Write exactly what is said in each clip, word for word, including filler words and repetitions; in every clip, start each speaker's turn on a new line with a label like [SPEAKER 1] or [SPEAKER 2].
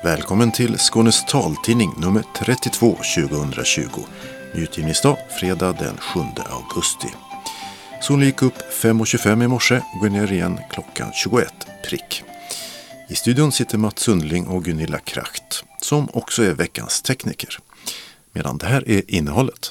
[SPEAKER 1] Välkommen till Skånes taltidning nummer trettiotvå tjugohundratjugo. Nyutgivningsdag fredag den sjunde augusti. Solen gick upp fem och tjugofem i morse och går ner igen klockan tjugoett prick. I studion sitter Mats Sundling och Gunilla Kracht som också är veckans tekniker. Medan det här är innehållet.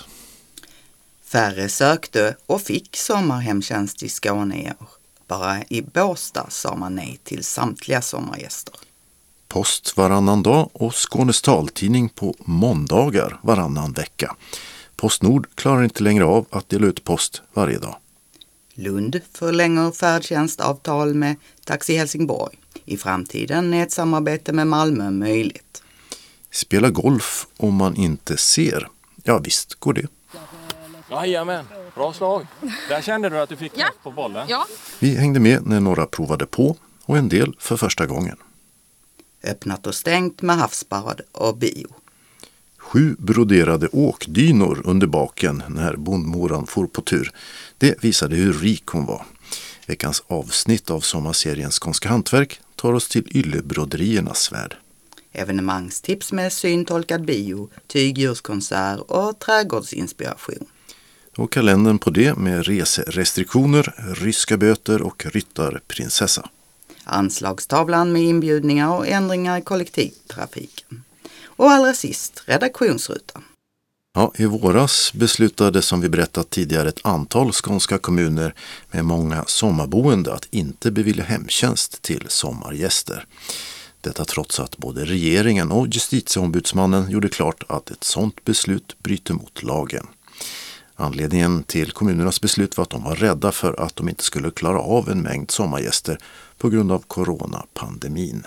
[SPEAKER 2] Färre sökte och fick sommarhemtjänst i Skåne i år. Bara i Båstad sa man nej till samtliga sommargäster.
[SPEAKER 1] Post varannan dag och Skånes taltidning på måndagar varannan vecka. Postnord klarar inte längre av att dela ut post varje dag.
[SPEAKER 2] Lund förlänger färdtjänstavtal med Taxi Helsingborg. I framtiden är ett samarbete med Malmö möjligt.
[SPEAKER 1] Spela golf om man inte ser. Ja visst går det.
[SPEAKER 3] Jajamän, bra slag. Där kände du att du fick ja. på bollen.
[SPEAKER 4] Ja.
[SPEAKER 1] Vi hängde med när några provade på och en del för första gången.
[SPEAKER 2] Öppnat och stängt med havsbad och bio.
[SPEAKER 1] Sju broderade åkdynor under baken när bondmoran for på tur. Det visade hur rik hon var. Veckans avsnitt av sommarserien Skånska hantverk tar oss till yllebroderiernas värld.
[SPEAKER 2] Evenemangstips med syntolkad bio, tygdjurskonsert och trädgårdsinspiration.
[SPEAKER 1] Och kalendern på det med reserestriktioner, ryska böter och ryttarprinsessa.
[SPEAKER 2] Anslagstavlan med inbjudningar och ändringar i kollektivtrafiken. Och allra sist redaktionsrutan.
[SPEAKER 1] Ja, i våras beslutade som vi berättat tidigare ett antal skånska kommuner med många sommarboende att inte bevilja hemtjänst till sommargäster. Detta trots att både regeringen och justitieombudsmannen gjorde klart att ett sådant beslut bryter mot lagen. Anledningen till kommunernas beslut var att de var rädda för att de inte skulle klara av en mängd sommargäster på grund av coronapandemin.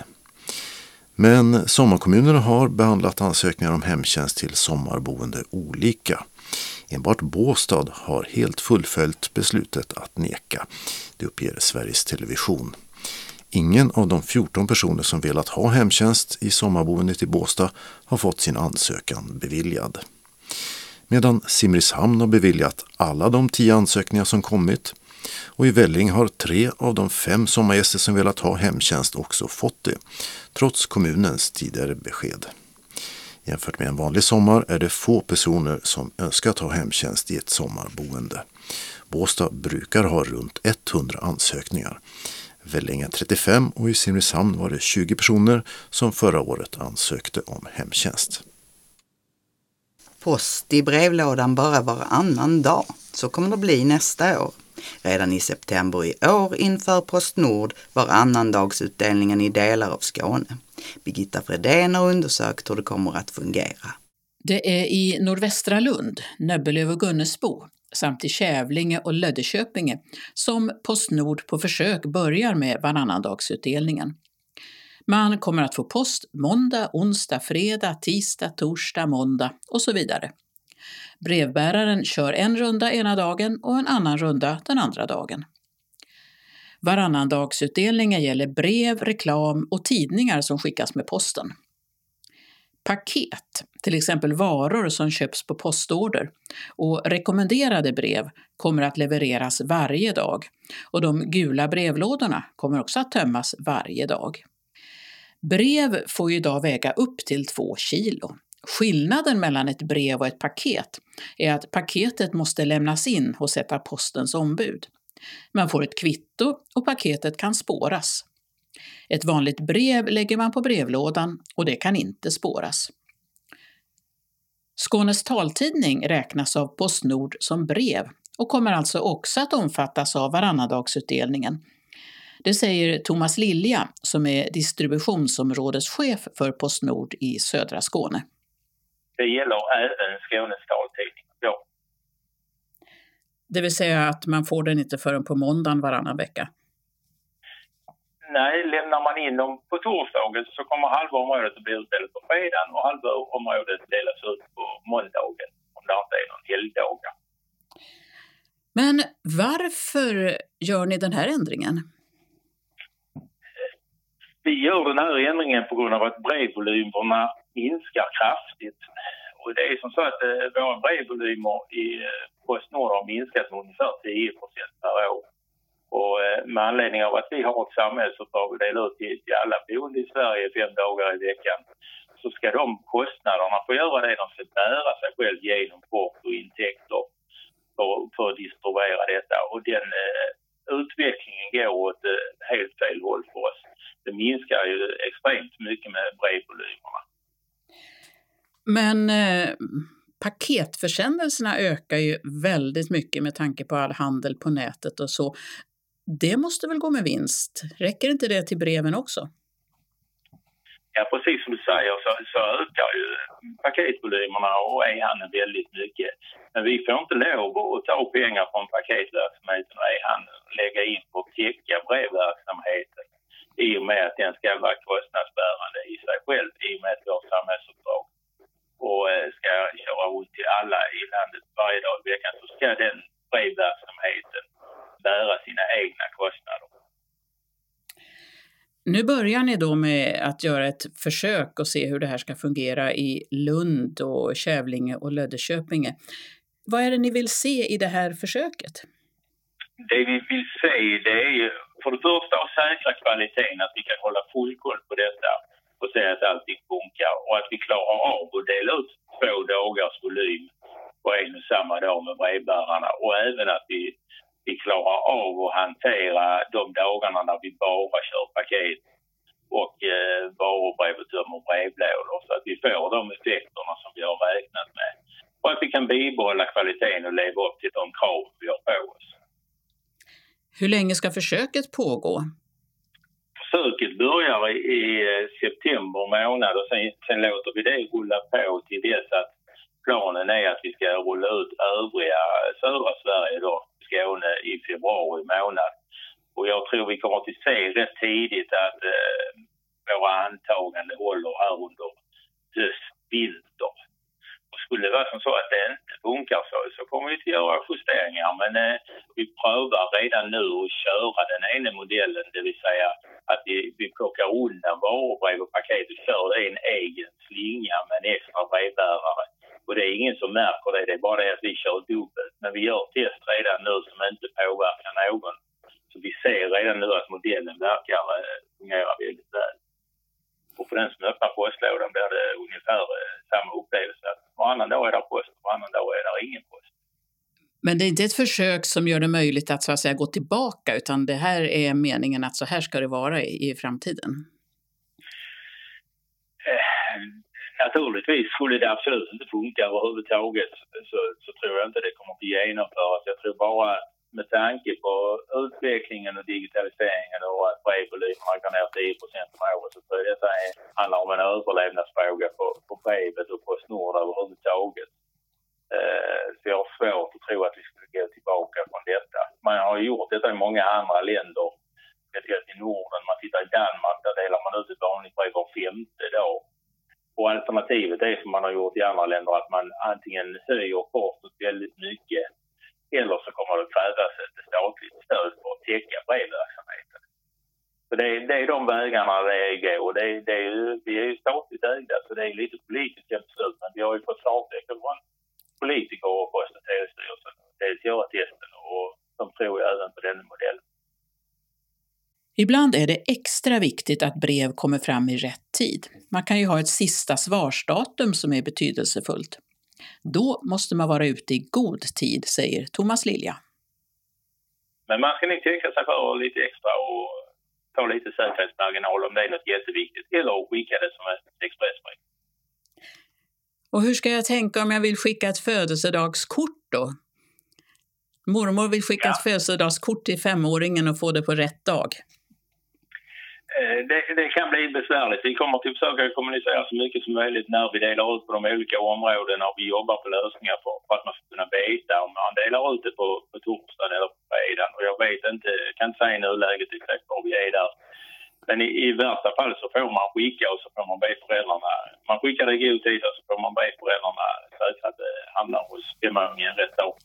[SPEAKER 1] Men sommarkommunerna har behandlat ansökningar om hemtjänst till sommarboende olika. Enbart Båstad har helt fullföljt beslutet att neka. Det uppger Sveriges Television. Ingen av de fjorton personer som velat ha hemtjänst i sommarboendet i Båstad har fått sin ansökan beviljad. Medan Simrishamn har beviljat alla de tio ansökningar som kommit. Och i Välling har tre av de fem sommargäster som velat ha hemtjänst också fått det, trots kommunens tidigare besked. Jämfört med en vanlig sommar är det få personer som önskat ha hemtjänst i ett sommarboende. Båstad brukar ha runt hundra ansökningar. Vällinge trettiofem och i Simrishamn var det tjugo personer som förra året ansökte om hemtjänst.
[SPEAKER 2] Post i brevlådan bara varannan dag. Så kommer det bli nästa år. Redan i september i år inför Postnord varannandagsutdelningen i delar av Skåne. Birgitta Fredén har undersökt hur det kommer att fungera.
[SPEAKER 5] Det är i nordvästra Lund, Nöbbelöv och Gunnesbo samt i Kävlinge och Löddeköpinge som Postnord på försök börjar med varannandagsutdelningen. Man kommer att få post måndag, onsdag, fredag, tisdag, torsdag, måndag och så vidare. Brevbäraren kör en runda ena dagen och en annan runda den andra dagen. Varannandagsutdelningen gäller brev, reklam och tidningar som skickas med posten. Paket, till exempel varor som köps på postorder, och rekommenderade brev kommer att levereras varje dag och de gula brevlådorna kommer också att tömmas varje dag. Brev får ju idag väga upp till två kilo. Skillnaden mellan ett brev och ett paket är att paketet måste lämnas in hos ett av postens ombud. Man får ett kvitto och paketet kan spåras. Ett vanligt brev lägger man på brevlådan och det kan inte spåras. Skånes taltidning räknas av Postnord som brev och kommer alltså också att omfattas av varannandagsutdelningen. Det säger Thomas Lilja som är distributionsområdeschef för Postnord i södra Skåne.
[SPEAKER 6] Det gäller även Skånes taltidning. Ja.
[SPEAKER 5] Det vill säga att man får den inte förrän på måndagen varannan vecka?
[SPEAKER 6] Nej, lämnar man in dem på torsdagen så kommer halva området att bli utdelat på fredagen och halva området delas ut på måndagen om det inte är någon helgdagar.
[SPEAKER 5] Men varför gör ni den här ändringen?
[SPEAKER 6] Vi gör den här ändringen på grund av att brevvolymerna minskar kraftigt. Och det är som så att eh, våra brevvolymer i eh, Postnord har minskat med ungefär tio procent per år. Och med anledning av att vi har ett samhällsuppdrag och delar ut till, till alla boende i Sverige fem dagar i veckan, så ska de kostnaderna få göra det. De ska bära sig själv genom port och intäkter för, för att distribuera detta. Och den eh, utvecklingen går åt eh, helt fel håll för oss. Det minskar ju extremt mycket med brevvolymerna.
[SPEAKER 5] Men eh, paketförsändelserna ökar ju väldigt mycket med tanke på all handel på nätet och så. Det måste väl gå med vinst? Räcker inte det till breven också?
[SPEAKER 6] Ja, precis som du säger så, så ökar ju paketvolymerna och e-handeln väldigt mycket. Men vi får inte lov att ta pengar från paketverksamheten och e-handeln och lägga in på att täcka brevverksamheten i och med att den ska vara kostnadsbärande i sig själv i och med att vi har samhällsuppdrag och ska köra ut till alla i landet varje dag i veckan, så ska den brevverksamheten bära sina egna kostnader.
[SPEAKER 5] Nu börjar ni då med att göra ett försök och se hur det här ska fungera i Lund och Kävlinge och Löddeköpinge. Vad är det ni vill se i det här försöket?
[SPEAKER 6] Det vi vill se, det är ju för det första att säkra kvaliteten, att vi kan hålla full koll på detta och se att allting funkar och att vi klarar av att dela ut två dagars volym på en och samma dag med brevbärarna, och även att vi Vi klarar av att hantera de dagarna när vi bara kör paket och eh, varubrev och tömmer brevlådor, så att vi får de effekterna som vi har räknat med. Och att vi kan bibehålla kvaliteten och leva upp till de krav vi har på oss.
[SPEAKER 5] Hur länge ska försöket pågå?
[SPEAKER 6] Försöket börjar i, i september månad och sen, sen låter vi det rulla på till dess att planen är att vi ska rulla ut övriga södra Sverige då. Skåne i februari månad. Och jag tror vi kommer att se rätt tidigt att eh, våra antagande håller här under höst-vinter. Och skulle det vara som så att det inte funkar så, så kommer vi att göra justeringar. Men eh, vi prövar redan nu att köra den ena modellen, det vill säga att vi, vi plockar undan varubrev och paket och kör en egen slinga med en extra brevbärare. Och det är ingen som märker det, det är bara det att vi kör dubbelt. Men vi gör test redan nu som inte påverkar någon. Så vi ser redan nu att modellen verkar eh, fungera väldigt väl. Och för den som öppnar postlådan blir det ungefär eh, samma upplevelse. Varannan dag är det post, varannan dag är det ingen post.
[SPEAKER 5] Men det är inte ett försök som gör det möjligt att så att säga gå tillbaka, utan det här är meningen att så här ska det vara i, i framtiden?
[SPEAKER 6] Eh, Naturligtvis skulle det absolut inte funka överhuvudtaget, så, så tror jag inte det kommer att genomföras. Jag tror bara med tanke på utvecklingen och digitaliseringen och att brevvolymerna går ner tio procent om året, så tror jag detta är, handlar om en överlevnadsfråga på, på brevet och PostNord överhuvudtaget. Eh, så jag har svårt att tro att vi skulle gå tillbaka från detta. Man har gjort detta i många andra länder. I Norden, man tittar i Danmark, där delar man ut ett vanligt brev var femte dag. Och alternativet är som man har gjort i andra länder, att man antingen höjer portot väldigt mycket eller så kommer det krävas ett statligt stöd för att täcka brevverksamheten. Så det är, det är de vägarna det går. Det är, det är ju, vi är ju statligt ägda, så det är lite politiska beslut. Men vi har ju fått klartecken från politiker och Post- och telestyrelsen att göra testen, och de tror ju även på den modellen.
[SPEAKER 5] Ibland är det extra viktigt att brev kommer fram i rätt tid. Man kan ju ha ett sista svarsdatum som är betydelsefullt. Då måste man vara ute i god tid, säger Thomas Lilja.
[SPEAKER 6] Men man ska nog tänka sig för lite extra och ta lite säkerhetsmarginal om det är något jätteviktigt, eller skicka det som ett expressbrev.
[SPEAKER 5] Och hur ska jag tänka om jag vill skicka ett födelsedagskort då? Mormor vill skicka ja. ett födelsedagskort till femåringen och få det på rätt dag.
[SPEAKER 6] Det, det kan bli besvärligt. Vi kommer att försöka kommunicera så mycket som möjligt när vi delar ut på de olika områdena, och vi jobbar på lösningar för, för att man ska kunna veta om man delar ut det på, på torsdagen eller på fredagen. Och jag vet inte, kan inte säga i nuläget exakt var vi är där. Men i, i värsta fall så får man skicka, och så får man be föräldrarna. Man skickar det i god tid, och så får man be föräldrarna säkra att det hamnar hos femåringen rätt dag.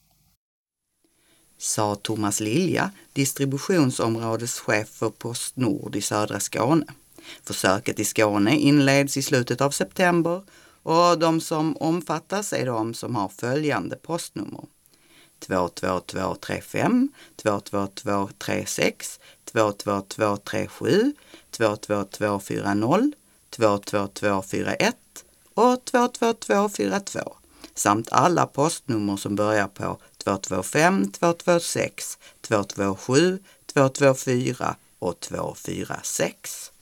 [SPEAKER 2] Sa Thomas Lilja, distributionsområdeschef för PostNord i södra Skåne. Försöket i Skåne inleds i slutet av september, och de som omfattas är de som har följande postnummer: två två två tre fem, två två två tre sex, två två två tre sju, två två två fyra noll, två två två fyra ett och två två två fyra två samt alla postnummer som börjar på två två fem, två två sex, två två sju, två två fyra och två fyra sex.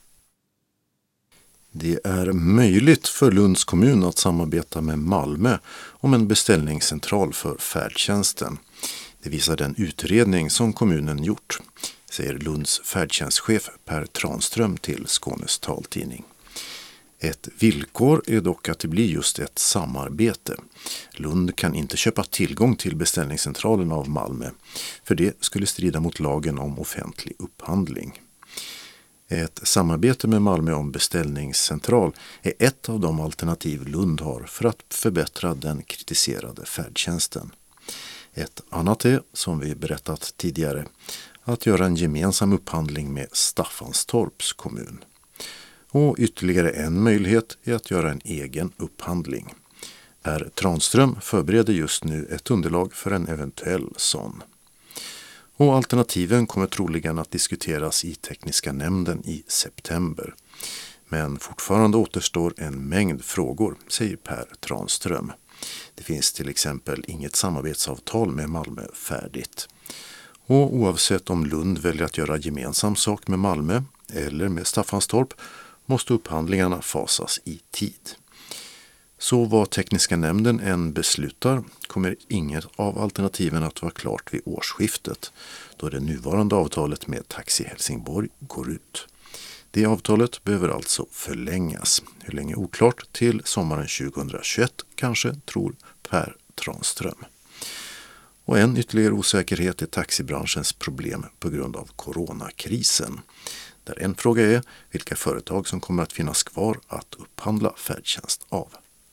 [SPEAKER 1] Det är möjligt för Lunds kommun att samarbeta med Malmö om en beställningscentral för färdtjänsten. Det visar den utredning som kommunen gjort, säger Lunds färdtjänstchef Per Tranström till Skånes taltidning. Ett villkor är dock att det blir just ett samarbete. Lund kan inte köpa tillgång till beställningscentralen av Malmö, för det skulle strida mot lagen om offentlig upphandling. Ett samarbete med Malmö om beställningscentral är ett av de alternativ Lund har för att förbättra den kritiserade färdtjänsten. Ett annat är, som vi berättat tidigare, att göra en gemensam upphandling med Staffanstorps kommun. Och ytterligare en möjlighet är att göra en egen upphandling. Per Tranström förbereder just nu ett underlag för en eventuell sån. Och alternativen kommer troligen att diskuteras i tekniska nämnden i september. Men fortfarande återstår en mängd frågor, säger Per Tranström. Det finns till exempel inget samarbetsavtal med Malmö färdigt. Och oavsett om Lund väljer att göra gemensam sak med Malmö eller med Staffanstorp måste upphandlingarna fasas i tid. Så vad tekniska nämnden än beslutar kommer inget av alternativen att vara klart vid årsskiftet, då det nuvarande avtalet med Taxi Helsingborg går ut. Det avtalet behöver alltså förlängas. Hur länge oklart, till sommaren tjugohundratjugoett kanske, tror Per Tranström. Och en ytterligare osäkerhet är taxibranschens problem på grund av coronakrisen. Där en fråga är vilka företag som kommer att finnas kvar att upphandla färdtjänst av.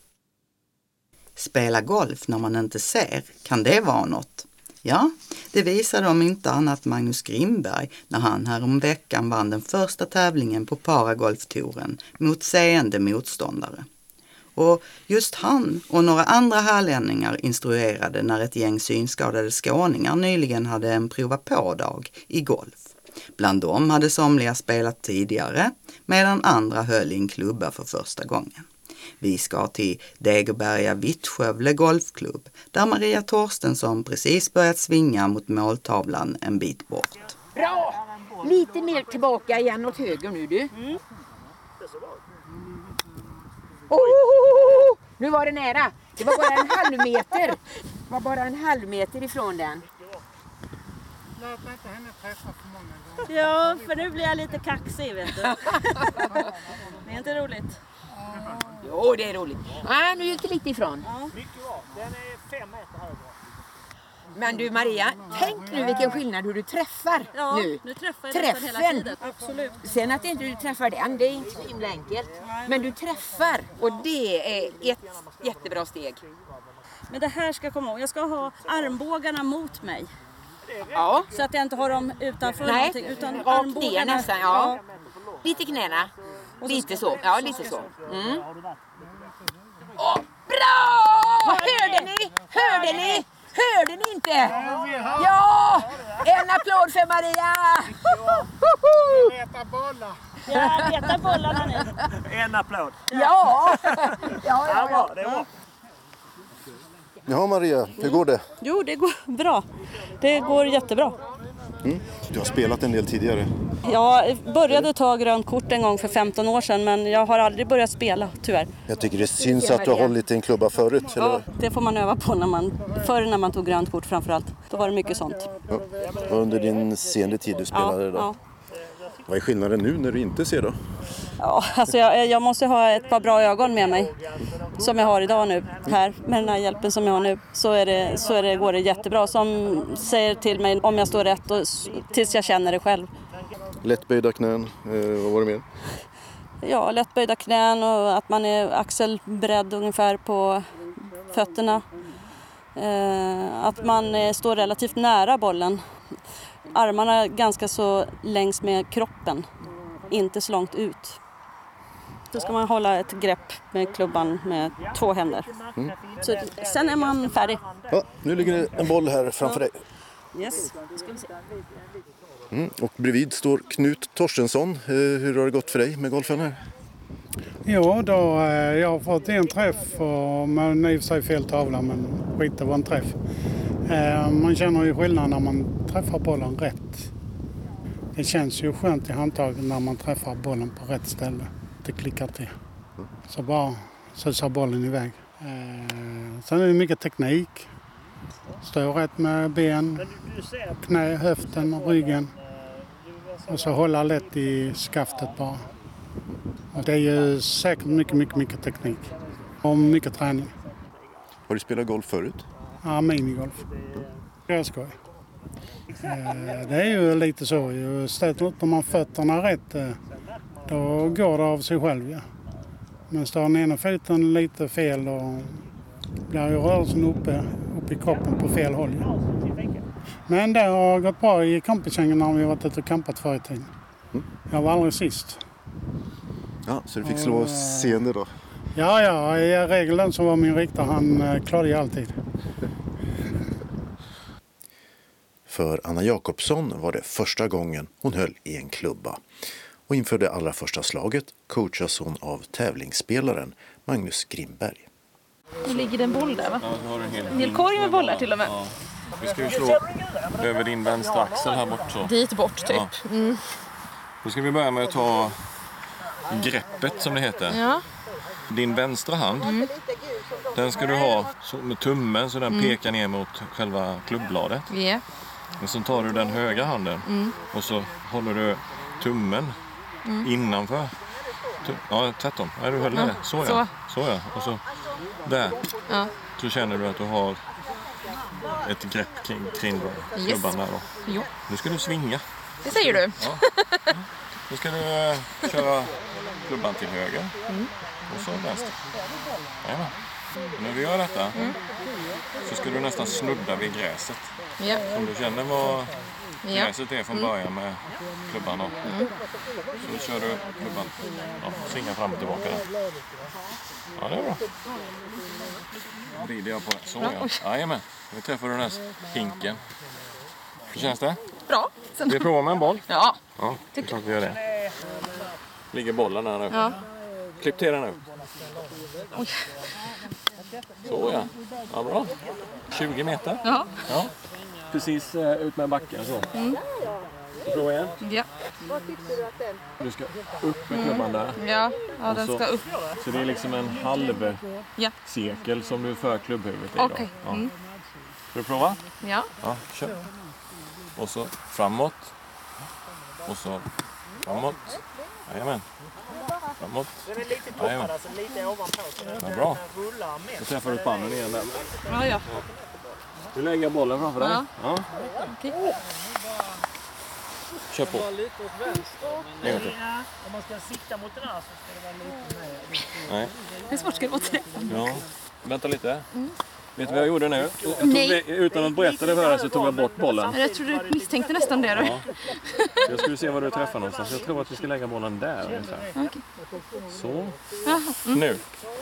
[SPEAKER 2] Spela golf när man inte ser, kan det vara något? Ja, det visade om inte annat Magnus Grimberg när han härom veckan vann den första tävlingen på Paragolftouren mot seende motståndare. Och just han och några andra härlänningar instruerade när ett gäng synskadade skåningar nyligen hade en prova på-dag i golf. Bland dem hade somliga spelat tidigare, medan andra höll i en klubba för första gången. Vi ska till Degerberga Vittskövle golfklubb, där Maria Torstensson precis börjat svinga mot måltavlan en bit bort.
[SPEAKER 4] Bra! Lite mer tillbaka igen åt höger nu du. Mm. Oh, nu var det nära. Det var bara en halv meter. Det var bara en halv meter ifrån den.
[SPEAKER 7] Låt inte henne träffa för många gånger.
[SPEAKER 8] Ja, för nu blir jag lite kaxig, vet du. Det är inte roligt.
[SPEAKER 4] Jo, det är roligt. Ah, nu gick det lite ifrån.
[SPEAKER 8] Ja.
[SPEAKER 7] Mycket bra. Den är fem meter högre.
[SPEAKER 4] Men du Maria, tänk nu vilken skillnad hur du träffar
[SPEAKER 8] ja,
[SPEAKER 4] nu.
[SPEAKER 8] nu träffar jag
[SPEAKER 4] Träffen.
[SPEAKER 8] hela tiden. Absolut.
[SPEAKER 4] Sen att inte du träffar den, det är inte så himla enkelt. Men du träffar och det är ett jättebra steg.
[SPEAKER 8] Men det här ska komma ihåg. Jag ska ha armbågarna mot mig.
[SPEAKER 4] Ja.
[SPEAKER 8] Så att jag inte har dem utanför
[SPEAKER 4] Nej,
[SPEAKER 8] någonting. Utan
[SPEAKER 4] rakt
[SPEAKER 8] armbågarna.
[SPEAKER 4] ner nästan, ja. Lite knäna. Lite så. Ja, lite så. Mm. Åh, bra! Hörde ni? Hörde ni? Hörde ni inte? Ja! En applåd för Maria!
[SPEAKER 7] Leta bollar.
[SPEAKER 8] Ja, leta bollarna nu.
[SPEAKER 7] En applåd.
[SPEAKER 4] Ja! Ja, ja, ja.
[SPEAKER 7] Det är bra.
[SPEAKER 1] Ja Maria, hur går det?
[SPEAKER 8] Jo, det går bra. Det går jättebra.
[SPEAKER 1] Mm. Du har spelat en del tidigare.
[SPEAKER 8] Jag började ta grönt kort en gång för femton år sedan, men jag har aldrig börjat spela, tyvärr.
[SPEAKER 1] Jag tycker det syns att du har hållit i en klubba förut.
[SPEAKER 8] Ja,
[SPEAKER 1] eller?
[SPEAKER 8] det får man öva på när man, förr när man tog grönt kort framförallt. Då var det mycket sånt.
[SPEAKER 1] Ja. Under din senare tid du spelade
[SPEAKER 8] ja,
[SPEAKER 1] då?
[SPEAKER 8] Ja.
[SPEAKER 1] Vad är skillnaden nu när du inte ser då?
[SPEAKER 8] Ja, alltså jag, jag måste ha ett par bra ögon med mig, som jag har idag nu, här med den här hjälpen som jag har nu, så, är det, så är det, går det jättebra, som säger till mig om jag står rätt och, tills jag känner det själv.
[SPEAKER 1] Lättböjda knän, eh, vad var det mer?
[SPEAKER 8] Ja, lättböjda knän och att man är axelbredd ungefär på fötterna. Eh, att man eh, står relativt nära bollen. Armarna ganska så längs med kroppen, inte så långt ut. Då ska man hålla ett grepp med klubban med två händer. Mm. Så sen är man färdig.
[SPEAKER 1] Ja, nu ligger det en boll här framför dig.
[SPEAKER 8] Yes, ska vi se.
[SPEAKER 1] Mm, och bredvid står Knut Torstensson. Hur har det gått för dig med golfen här?
[SPEAKER 7] Jo, då, jag har fått en träff och med i och för sig fel tavla, men skit, det var en träff. Man känner ju skillnad när man träffar bollen rätt. Det känns ju skönt i handtaget när man träffar bollen på rätt ställe. Det klickar till. Så bara susar bollen iväg. Sen är det mycket teknik. Stå rätt med ben, knä, höften och ryggen. Och så hålla lätt i skaftet bara. Och det är ju säkert mycket, mycket, mycket teknik. Och mycket träning.
[SPEAKER 1] Har du spelat golf förut?
[SPEAKER 7] Ja, minigolf. Jag skojar. Det är ju lite så. Stöter man fötterna rätt, då går det av sig själv. Ja. Men står den ena foten lite fel, då blir ju rörelsen uppe, uppe i kroppen på fel håll. Ja. Men det har gått bra i campingängen när vi har varit ute och campat förr i tiden. Jag var aldrig sist.
[SPEAKER 1] Ja, så du fick slå och, scenen då?
[SPEAKER 7] Ja, ja. I regeln som var min riktare, han klarade ju alltid.
[SPEAKER 1] För Anna Jakobsson var det första gången hon höll i en klubba. Och inför det allra första slaget coachas hon av tävlingsspelaren Magnus Grimberg.
[SPEAKER 9] Nu ligger det en boll där, va?
[SPEAKER 3] Ja, så har du en hel,
[SPEAKER 9] en hel korg med bollar till och med.
[SPEAKER 3] Ja. Vi ska ju slå över din vänstra axel här bort så.
[SPEAKER 9] Dit bort typ. Ja. Mm.
[SPEAKER 3] Då ska vi börja med att ta greppet som det heter.
[SPEAKER 9] Ja.
[SPEAKER 3] Din vänstra hand, mm. den ska du ha så med tummen så den mm. pekar ner mot själva klubbladet.
[SPEAKER 9] Yeah.
[SPEAKER 3] Och så tar du den högra handen mm. och så håller du tummen mm. innanför. Ja, tvärtom. Ja, du höll ja. det. Så ja. Så. Så ja. Och så där. Ja. Så känner du att du har ett grepp kring, kring klubban yes. där då.
[SPEAKER 9] Jo.
[SPEAKER 3] Nu ska du svinga.
[SPEAKER 9] Det säger du.
[SPEAKER 3] Ja. Nu ska du uh, köra klubban till höger mm. och så vänster. Jajamän. När du gör detta mm. så ska du nästan snudda vid gräset.
[SPEAKER 9] Ja.
[SPEAKER 3] Om du känner vad gräset är från början med klubban. Och mm. så kör du klubban. Ja, svinga fram och tillbaka där. Ja, det är bra. Vrider jag på det. Så ja. Jajamän. Nu träffar du den här hinken. Hur känns det?
[SPEAKER 9] Bra.
[SPEAKER 3] Ska vi prova med en boll?
[SPEAKER 9] Ja.
[SPEAKER 3] Ja, det är klart vi gör det. Ligger bollen där nu.
[SPEAKER 9] Ja.
[SPEAKER 3] Klipp till den nu.
[SPEAKER 9] Oj.
[SPEAKER 3] Så ja. Ja, bra. tjugo meter.
[SPEAKER 9] Ja.
[SPEAKER 3] Ja. Precis uh, ut med backen så. Mm. Prova igen.
[SPEAKER 9] Ja.
[SPEAKER 3] Du ska upp med klubban där.
[SPEAKER 9] Ja, ja den
[SPEAKER 3] så,
[SPEAKER 9] ska upp.
[SPEAKER 3] Så det är liksom en halv
[SPEAKER 9] ja.
[SPEAKER 3] cirkel som du för klubbhuvudet i.
[SPEAKER 9] Okej. Okay.
[SPEAKER 3] Ja.
[SPEAKER 9] Mm.
[SPEAKER 3] Ska du prova?
[SPEAKER 9] Ja.
[SPEAKER 3] Ja, kör. Och så framåt. Och så framåt. Jajamän. Framåt. Jajamän. Ja, bra. Så träffar du spannen igen där.
[SPEAKER 9] Ja, ja.
[SPEAKER 3] Du lägger bollen framför dig.
[SPEAKER 9] Ja.
[SPEAKER 3] Ja.
[SPEAKER 9] Okej.
[SPEAKER 3] Kör på.
[SPEAKER 10] Lite åt vänster. Om man ska sikta mot den här så ska det vara lite mer.
[SPEAKER 3] Nej.
[SPEAKER 9] Hur svårt ska det vara till det?
[SPEAKER 3] Ja. Vänta lite. Mm. Vet du vad jag gjorde nu? Jag tog Nej. Det, utan att berätta det för dig så tog jag bort bollen.
[SPEAKER 9] Jag tror du misstänkte nästan det då. Ja.
[SPEAKER 3] Jag skulle se var du träffar någonstans. Jag tror att vi ska lägga bollen där ungefär.
[SPEAKER 9] Okay.
[SPEAKER 3] Så.
[SPEAKER 9] Mm.
[SPEAKER 3] Nu.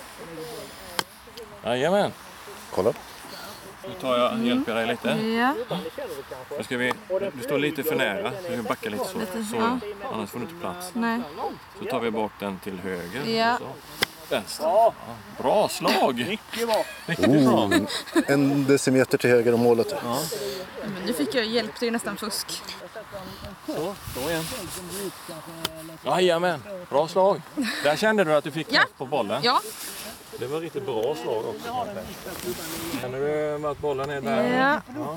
[SPEAKER 3] Jajamän.
[SPEAKER 1] Kolla.
[SPEAKER 3] Nu tar jag, hjälper dig lite.
[SPEAKER 9] Ja.
[SPEAKER 3] Nu ska vi, du står lite för nära. Så vi backar lite så.
[SPEAKER 9] Lite,
[SPEAKER 3] så
[SPEAKER 9] ja.
[SPEAKER 3] Annars får du inte plats.
[SPEAKER 9] Nej.
[SPEAKER 3] Så tar vi bort den till höger.
[SPEAKER 9] Ja.
[SPEAKER 3] Och så. Vänster. Ja. Bra slag!
[SPEAKER 10] Mycket bra.
[SPEAKER 3] Riktigt bra.
[SPEAKER 1] Oh, en decimeter till höger om målet.
[SPEAKER 3] Ja.
[SPEAKER 9] Men nu fick jag hjälp, det är nästan fusk.
[SPEAKER 3] Så, så igen. Jajamän, bra slag. Där kände du att du fick
[SPEAKER 9] ja.
[SPEAKER 3] på bollen.
[SPEAKER 9] Ja.
[SPEAKER 3] Det var riktigt bra slag också. Känner du att bollen är där?
[SPEAKER 9] Ja.
[SPEAKER 3] Ja.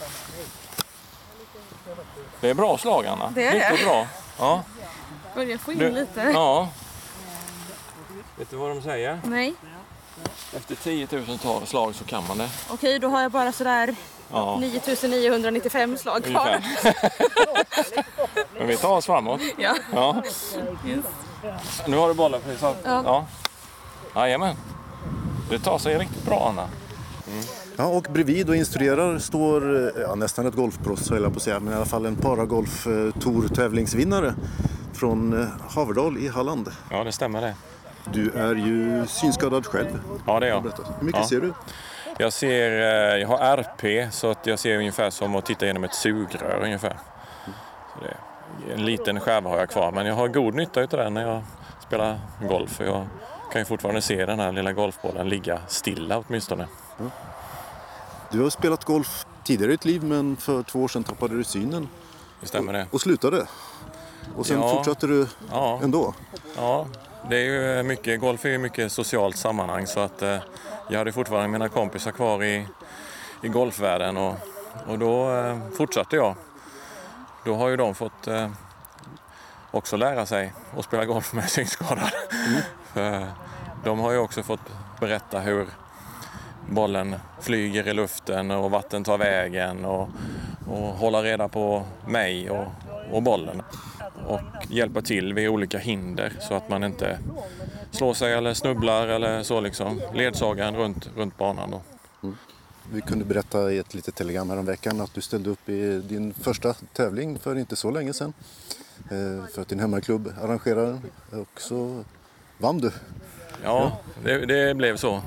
[SPEAKER 3] Det är bra slag, Anna.
[SPEAKER 9] Det är
[SPEAKER 3] riktigt
[SPEAKER 9] det.
[SPEAKER 3] Bra. Ja.
[SPEAKER 9] Börjar få in
[SPEAKER 3] du,
[SPEAKER 9] lite.
[SPEAKER 3] Ja. Vet du vad de säger?
[SPEAKER 9] Nej.
[SPEAKER 3] Efter tio tusen slag så kan man det.
[SPEAKER 9] Okej, då har jag bara sådär
[SPEAKER 3] ja.
[SPEAKER 9] nio tusen niohundranittiofem slag kvar.
[SPEAKER 3] Men vi tar oss framåt.
[SPEAKER 9] Ja.
[SPEAKER 3] ja.
[SPEAKER 9] Yes.
[SPEAKER 3] Nu har du bollen precis. Ja.
[SPEAKER 9] Ja.
[SPEAKER 3] Jajamän. Det tar sig riktigt bra, Anna.
[SPEAKER 1] Mm. Ja, och bredvid och instruerar står ja, nästan ett golfproffs, höll jag på att säga, men i alla fall en paragolf-tour-tävlingsvinnare från Haverdal i Halland.
[SPEAKER 3] Ja, det stämmer det.
[SPEAKER 1] Du är ju synskadad själv.
[SPEAKER 3] Ja, det är jag.
[SPEAKER 1] Hur mycket
[SPEAKER 3] ja.
[SPEAKER 1] ser du?
[SPEAKER 3] Jag ser, jag har R P så att jag ser ungefär som att titta genom ett sugrör ungefär. Så det är en liten skärva har jag kvar, men jag har god nytta av den när jag spelar golf. För jag kan ju fortfarande se den här lilla golfbollen ligga stilla åtminstone.
[SPEAKER 1] Mm. Du har spelat golf tidigare i ditt liv, men för två år sedan tappade du synen.
[SPEAKER 3] Det stämmer det.
[SPEAKER 1] Och, och slutade. Och sen
[SPEAKER 3] ja.
[SPEAKER 1] fortsatte du
[SPEAKER 3] ja.
[SPEAKER 1] ändå.
[SPEAKER 3] Ja, det är ju mycket, golf är ju mycket socialt sammanhang så att eh, jag hade fortfarande mina kompisar kvar i, i golfvärlden och, och då eh, fortsatte jag. Då har ju de fått eh, också lära sig att spela golf med synskadad. Mm. För de har ju också fått berätta hur bollen flyger i luften och vatten tar vägen och, och hålla reda på mig och, och bollen. Och hjälpa till vid olika hinder så att man inte slår sig eller snubblar eller så liksom. Ledsagaren runt, runt banan då.
[SPEAKER 1] Mm. Vi kunde berätta i ett litet telegram här om veckan att du ställde upp i din första tävling för inte så länge sedan. För att din hemmaklubb arrangerade den och så vann du.
[SPEAKER 3] Ja, det, det blev så.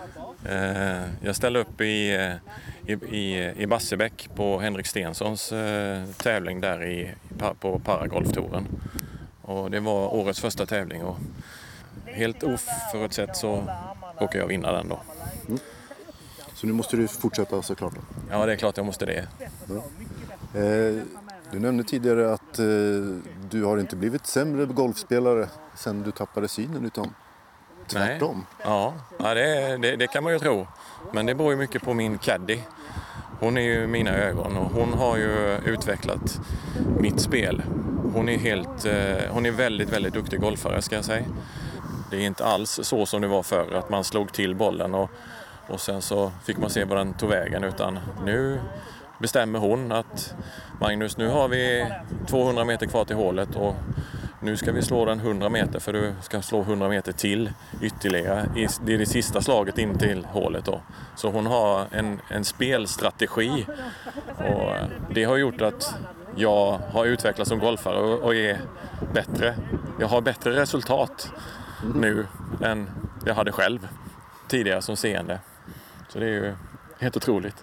[SPEAKER 3] Jag ställde upp i, i, i, i Bassebäck på Henrik Stenssons tävling där i, på Paragolftouren. Och det var årets första tävling och helt oförutsett så råkade jag vinna den då.
[SPEAKER 1] Mm. Så nu måste du fortsätta såklart då?
[SPEAKER 3] Ja, det är klart jag måste det.
[SPEAKER 1] Ja. Eh, du nämnde tidigare att eh, du har inte blivit sämre golfspelare sedan du tappade synen utan tvärtom.
[SPEAKER 3] Nej. Ja, ja det, det, det kan man ju tro. Men det beror ju mycket på min caddy. Hon är ju mina ögon och hon har ju utvecklat mitt spel. Hon är, helt, eh, hon är väldigt, väldigt duktig golfare ska jag säga. Det är inte alls så som det var förr att man slog till bollen och, och sen så fick man se var den tog vägen. Utan nu bestämmer hon att Magnus, nu har vi tvåhundra meter kvar till hålet och nu ska vi slå den hundra meter för du ska slå hundra meter till ytterligare. Det är det sista slaget in till hålet då. Så hon har en, en spelstrategi och det har gjort att jag har utvecklats som golfare och, och är bättre. Jag har bättre resultat nu än jag hade själv tidigare som seende. Så det är ju helt otroligt.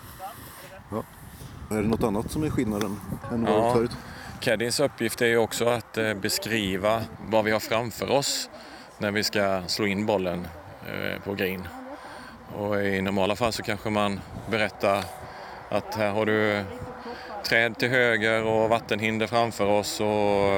[SPEAKER 1] Ja. Är det något annat som är skillnaden än vad
[SPEAKER 3] ja.
[SPEAKER 1] förut?
[SPEAKER 3] Caddys uppgift är ju också att eh, beskriva vad vi har framför oss när vi ska slå in bollen eh, på green. Och i normala fall så kanske man berättar att här har du träd till höger och vattenhinder framför oss och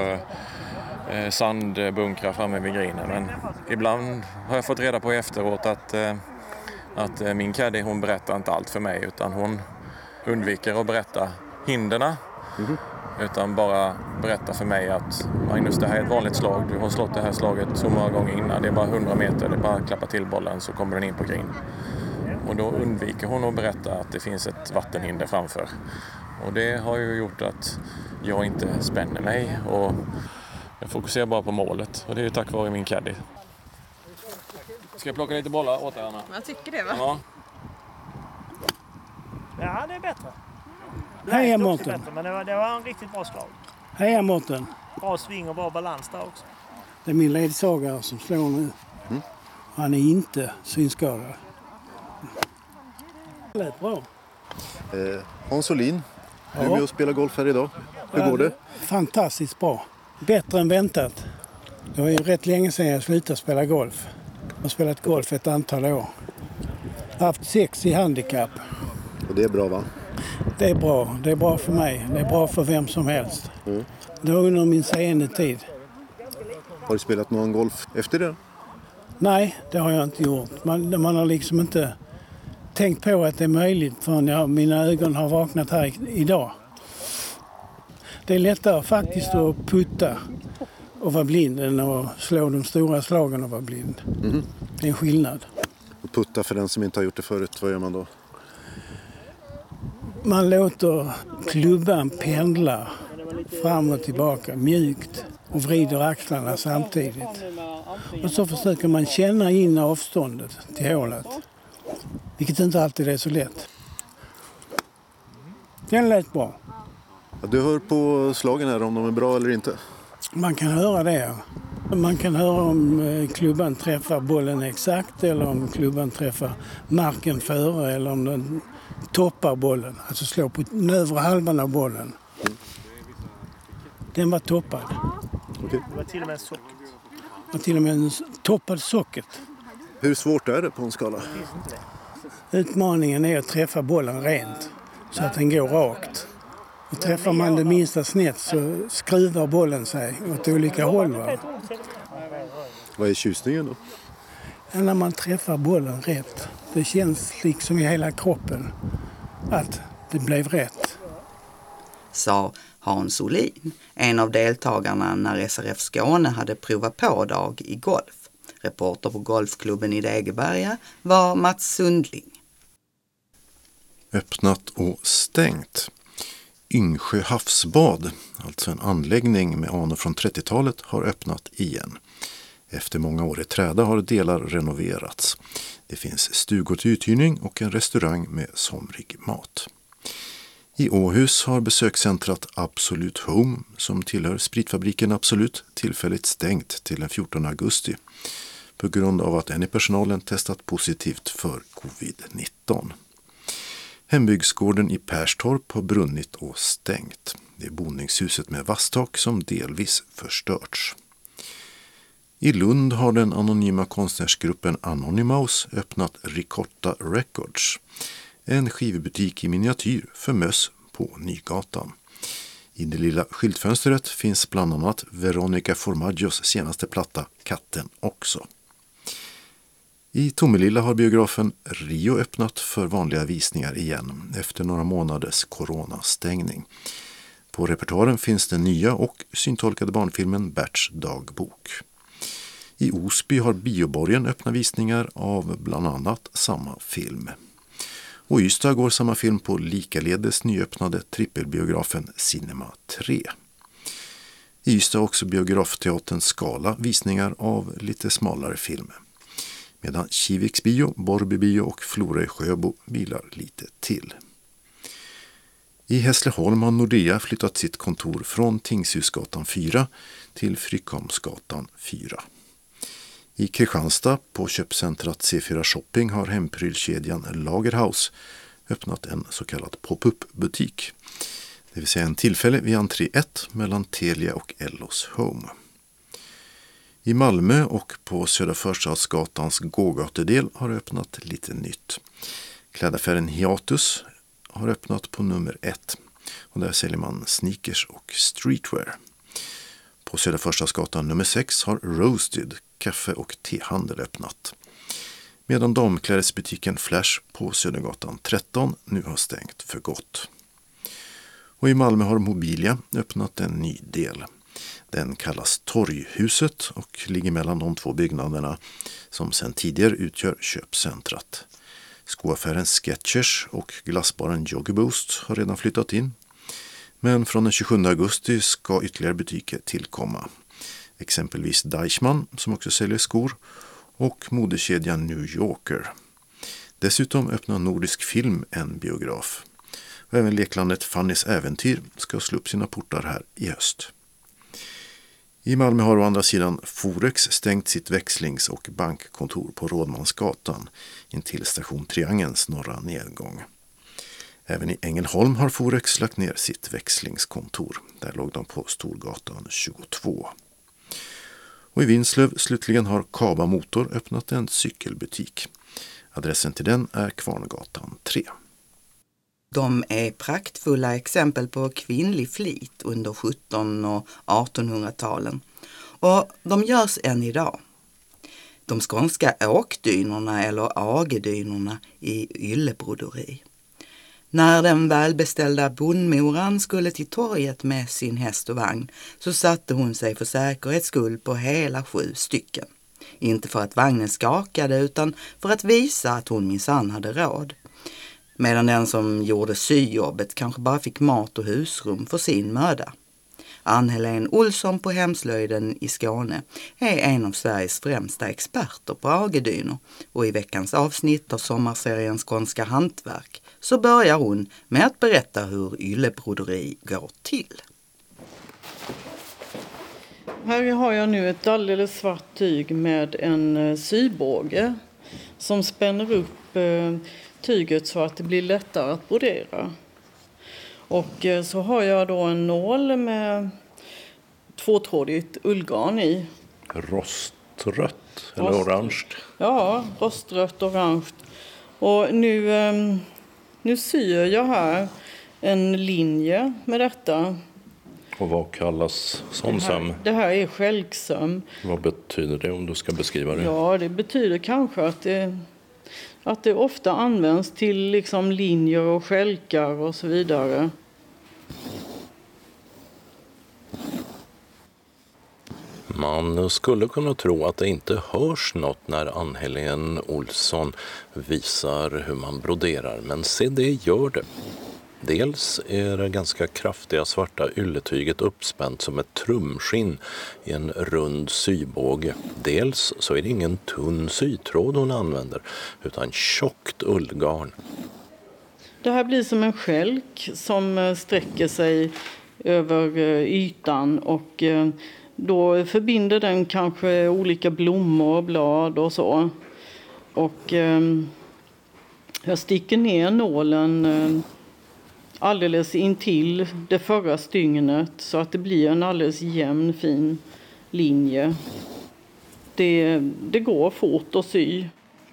[SPEAKER 3] eh, sandbunkrar framme vid greenen. Men ibland har jag fått reda på efteråt att, eh, att eh, min caddy hon berättar inte allt för mig utan hon undviker att berätta hinderna. Mm-hmm. Utan bara berätta för mig att Magnus, det här är ett vanligt slag. Du har slått det här slaget så många gånger innan. Det är bara hundra meter. Det är bara att klappa till bollen så kommer den in på green. Och då undviker hon att berätta att det finns ett vattenhinder framför. Och det har ju gjort att jag inte spänner mig. Och jag fokuserar bara på målet. Och det är ju tack vare min caddy. Ska jag plocka lite bollar åt er, Anna?
[SPEAKER 9] Jag tycker det va?
[SPEAKER 3] Ja.
[SPEAKER 10] Ja, det är bättre.
[SPEAKER 11] Hej Mårten.
[SPEAKER 10] Men det var, det var en riktigt bra slag.
[SPEAKER 11] Hej Mårten.
[SPEAKER 10] Bra sving och bra balans där också.
[SPEAKER 11] Det är min ledsagare som slår nu. Mm. Han är inte synskadad. Det lät bra.
[SPEAKER 1] Eh, Hans Olin, du är med och spelar golf här idag. Hur går det?
[SPEAKER 11] Fantastiskt bra. Bättre än väntat. Det var ju rätt länge sedan jag slutade spela golf. Jag har spelat golf ett antal år. Jag har haft sex i handikapp.
[SPEAKER 1] Och det är bra va?
[SPEAKER 11] Det är bra. Det är bra för mig. Det är bra för vem som helst.
[SPEAKER 1] Mm.
[SPEAKER 11] Det var under min seende tid.
[SPEAKER 1] Har du spelat någon golf efter det?
[SPEAKER 11] Nej, det har jag inte gjort. Man, man har liksom inte tänkt på att det är möjligt förrän jag, mina ögon har vaknat här i, idag. Det är lättare faktiskt att putta och vara blind än att slå de stora slagen och vara blind. Mm. Det är en skillnad.
[SPEAKER 1] Och putta för den som inte har gjort det förut, vad gör man då?
[SPEAKER 11] Man låter klubban pendla fram och tillbaka mjukt och vrider axlarna samtidigt. Och så försöker man känna in avståndet till hålet. Vilket inte alltid är så lätt. Den lät bra.
[SPEAKER 1] Ja, du hör på slagen här om de är bra eller inte?
[SPEAKER 11] Man kan höra det. Man kan höra om klubban träffar bollen exakt eller om klubban träffar marken före eller om den toppar bollen, alltså slår på den övre halvan av bollen. Den var toppad.
[SPEAKER 10] Okay. Det var till och med socket.
[SPEAKER 11] Det var till och med en toppad socket.
[SPEAKER 1] Hur svårt är det på en skala?
[SPEAKER 11] Utmaningen är att träffa bollen rent så att den går rakt. Och träffar man det minsta snett så skruvar bollen sig åt olika håll. Va?
[SPEAKER 1] Vad är tjusningen då?
[SPEAKER 11] När man träffar bollen rätt. Det känns liksom i hela kroppen att det blev rätt.
[SPEAKER 2] Sa Hans Olin, en av deltagarna när S R F Skåne hade provat på dag i golf. Reporter på golfklubben i Degeberga var Mats Sundling.
[SPEAKER 1] Öppnat och stängt. Yngsjö havsbad, alltså en anläggning med anor från trettiotalet, har öppnat igen. Efter många år i träda har delar renoverats. Det finns stugor till uthyrning och en restaurang med somrig mat. I Åhus har besökscentrat Absolut Home, som tillhör spritfabriken Absolut, tillfälligt stängt till den fjortonde augusti på grund av att en i personalen testat positivt för covid nitton. Hembygdsgården i Perstorp har brunnit och stängt. Det är boningshuset med vasstak som delvis förstörts. I Lund har den anonyma konstnärsgruppen Anonymous öppnat Ricotta Records, en skivbutik i miniatyr för möss på Nygatan. I det lilla skyltfönstret finns bland annat Veronica Formaggios senaste platta Katten också. I Tomelilla har biografen Rio öppnat för vanliga visningar igen efter några månaders coronastängning. På repertoaren finns den nya och syntolkade barnfilmen Berts dagbok. I Osby har Bioborgen öppna visningar av bland annat samma film. Och i Ystad går samma film på likaledes nyöppnade trippelbiografen Cinema tre. I Ystad har också biografteatern Skala visningar av lite smalare filmer. Medan Kiviks bio, Borby bio och Flora i Sjöbo vilar lite till. I Hässleholm har Nordea flyttat sitt kontor från Tingshusgatan fyra till Frykholmsgatan fyra. I Kristianstad på köpcentrat C fyra Shopping har hemprylkedjan Lagerhaus öppnat en så kallad pop-up-butik. Det vill säga en tillfälle vid entré ett mellan Telia och Ellos Home. I Malmö och på Södra Förstadsgatans gågatedel har öppnat lite nytt. Klädaffären Hiatus har öppnat på nummer ett och där säljer man sneakers och streetwear. På Södra Förstadsgatan nummer sex har Roasted kaffe- och tehandel öppnat. Medan damklädesbutiken Flash på Södergatan tretton nu har stängt för gott. Och i Malmö har Mobilia öppnat en ny del. Den kallas Torghuset och ligger mellan de två byggnaderna som sedan tidigare utgör köpcentrat. Skoaffären Sketchers och glassbaren Joggiboost har redan flyttat in. Men från den tjugosjunde augusti ska ytterligare butiker tillkomma. Exempelvis Deichmann som också säljer skor och modekedjan New Yorker. Dessutom öppnar Nordisk Film en biograf. Och även leklandet Fannys Äventyr ska slå upp sina portar här i höst. I Malmö har å andra sidan Forex stängt sitt växlings- och bankkontor på Rådmansgatan intill station Triangelns norra nedgång. Även i Ängelholm har Forex lagt ner sitt växlingskontor. Där låg de på Storgatan tjugotvå. Och i Vinslöv slutligen har Kaba Motor öppnat en cykelbutik. Adressen till den är Kvarngatan tre.
[SPEAKER 2] De är praktfulla exempel på kvinnlig flit under sjuttonhundra- och artonhundratalen. Och de görs än idag. De skånska åkdynorna eller agedynorna i yllebroderi. När den välbeställda bondmoran skulle till torget med sin häst och vagn så satte hon sig för säkerhets skull på hela sju stycken. Inte för att vagnen skakade utan för att visa att hon minsann hade råd. Medan den som gjorde syjobbet kanske bara fick mat och husrum för sin möda. Ann-Helén Olsson på Hemslöjden i Skåne är en av Sveriges främsta experter på agedynor och i veckans avsnitt av sommarserien Skånska hantverk så börjar hon med att berätta hur yllebroderi går till.
[SPEAKER 12] Här har jag nu ett alldeles svart tyg med en sybåge som spänner upp tyget så att det blir lättare att brodera. Och så har jag då en nål med tvåtrådigt ullgarn i.
[SPEAKER 1] Rostrött eller
[SPEAKER 12] Rost.
[SPEAKER 1] orange?
[SPEAKER 12] Ja, rostrött orange. Och nu, nu syr jag här en linje med detta.
[SPEAKER 1] Och vad kallas sån
[SPEAKER 12] det här,
[SPEAKER 1] söm?
[SPEAKER 12] Det här är skälksöm.
[SPEAKER 1] Vad betyder det om du ska beskriva det?
[SPEAKER 12] Ja, det betyder kanske att det, att det ofta används till liksom linjer och skälkar och så vidare.
[SPEAKER 1] Man skulle kunna tro att det inte hörs något när Ann-Helén Olsson visar hur man broderar, men se det gör det. Dels är det ganska kraftiga svarta ylletyget uppspänt som ett trumskinn i en rund sybåge. Dels så är det ingen tunn sytråd hon använder utan tjockt ullgarn.
[SPEAKER 12] Det här blir som en skälk som sträcker sig över ytan och då förbinder den kanske olika blommor och blad och så. Och jag sticker ner nålen alldeles intill det förra stygnet så att det blir en alldeles jämn fin linje. Det, det går fort att sy.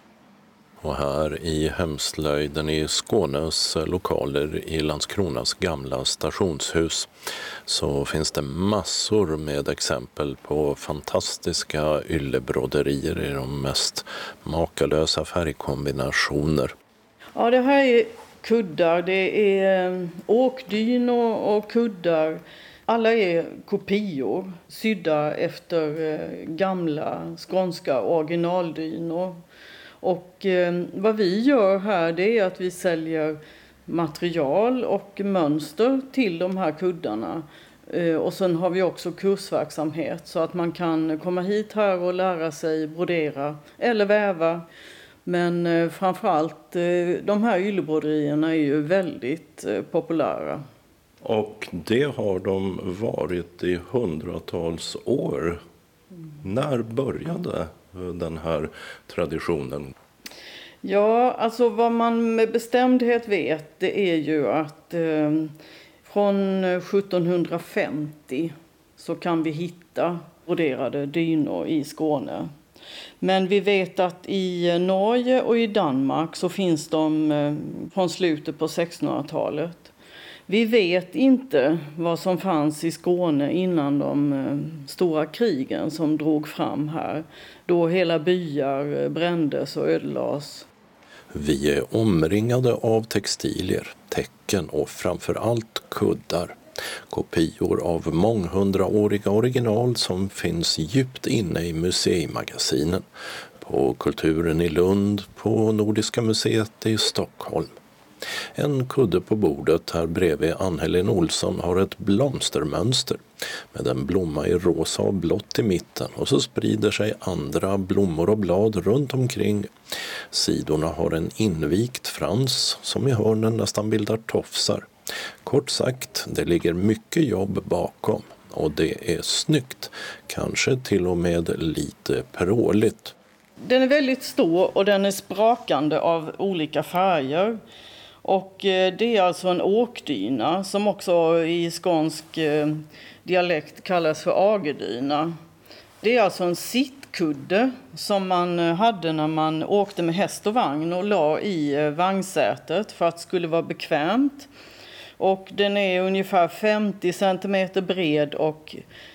[SPEAKER 1] Och här i hemslöjden i Skånes lokaler i Landskronas gamla stationshus så finns det massor med exempel på fantastiska yllebroderier i de mest makalösa färgkombinationer.
[SPEAKER 12] Ja, det här är kuddar, det är åkdynor och kuddar. Alla är kopior sydda efter gamla skånska originaldynor. Och eh, vad vi gör här det är att vi säljer material och mönster till de här kuddarna. Eh, och sen har vi också kursverksamhet så att man kan komma hit här och lära sig brodera eller väva. Men eh, framförallt eh, de här yllebroderierna är ju väldigt eh, populära.
[SPEAKER 1] Och det har de varit i hundratals år. Mm. När började den här traditionen?
[SPEAKER 12] Ja, alltså vad man med bestämdhet vet det är ju att eh, från sjuttonhundrafemtio så kan vi hitta broderade dynor i Skåne. Men vi vet att i Norge och i Danmark så finns de eh, från slutet på sextonhundratalet. Vi vet inte vad som fanns i Skåne innan de eh, stora krigen som drog fram här. Då hela byar brändes och ödelades.
[SPEAKER 1] Vi är omringade av textilier, tecken och framförallt kuddar. Kopior av månghundraåriga original som finns djupt inne i museimagasinen. På Kulturen i Lund, på Nordiska museet i Stockholm. En kudde på bordet här bredvid Ann-Helén Olsson har ett blomstermönster med en blomma i rosa och blått i mitten och så sprider sig andra blommor och blad runt omkring. Sidorna har en invikt frans som i hörnen nästan bildar tofsar. Kort sagt, det ligger mycket jobb bakom och det är snyggt, kanske till och med lite pråligt.
[SPEAKER 12] Den är väldigt stor och den är sprakande av olika färger. Och det är alltså en åkdyna som också i skånsk dialekt kallas för agerdyna. Det är alltså en sittkudde som man hade när man åkte med häst och vagn och la i vagnsätet för att det skulle vara bekvämt. Och den är ungefär femtio centimeter bred och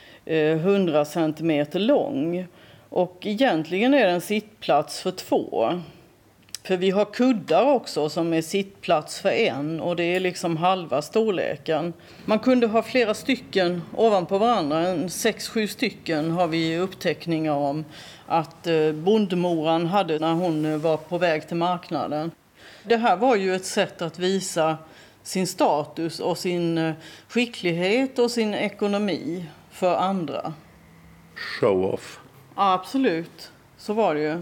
[SPEAKER 12] hundra centimeter lång. Och egentligen är det en sittplats för två. För vi har kuddar också som är sittplats för en och det är liksom halva storleken. Man kunde ha flera stycken ovanpå varandra, en sex, sju stycken har vi uppteckningar om att bondmoran hade när hon var på väg till marknaden. Det här var ju ett sätt att visa sin status och sin skicklighet och sin ekonomi för andra.
[SPEAKER 1] Show-off.
[SPEAKER 12] Ja, absolut, så var det ju.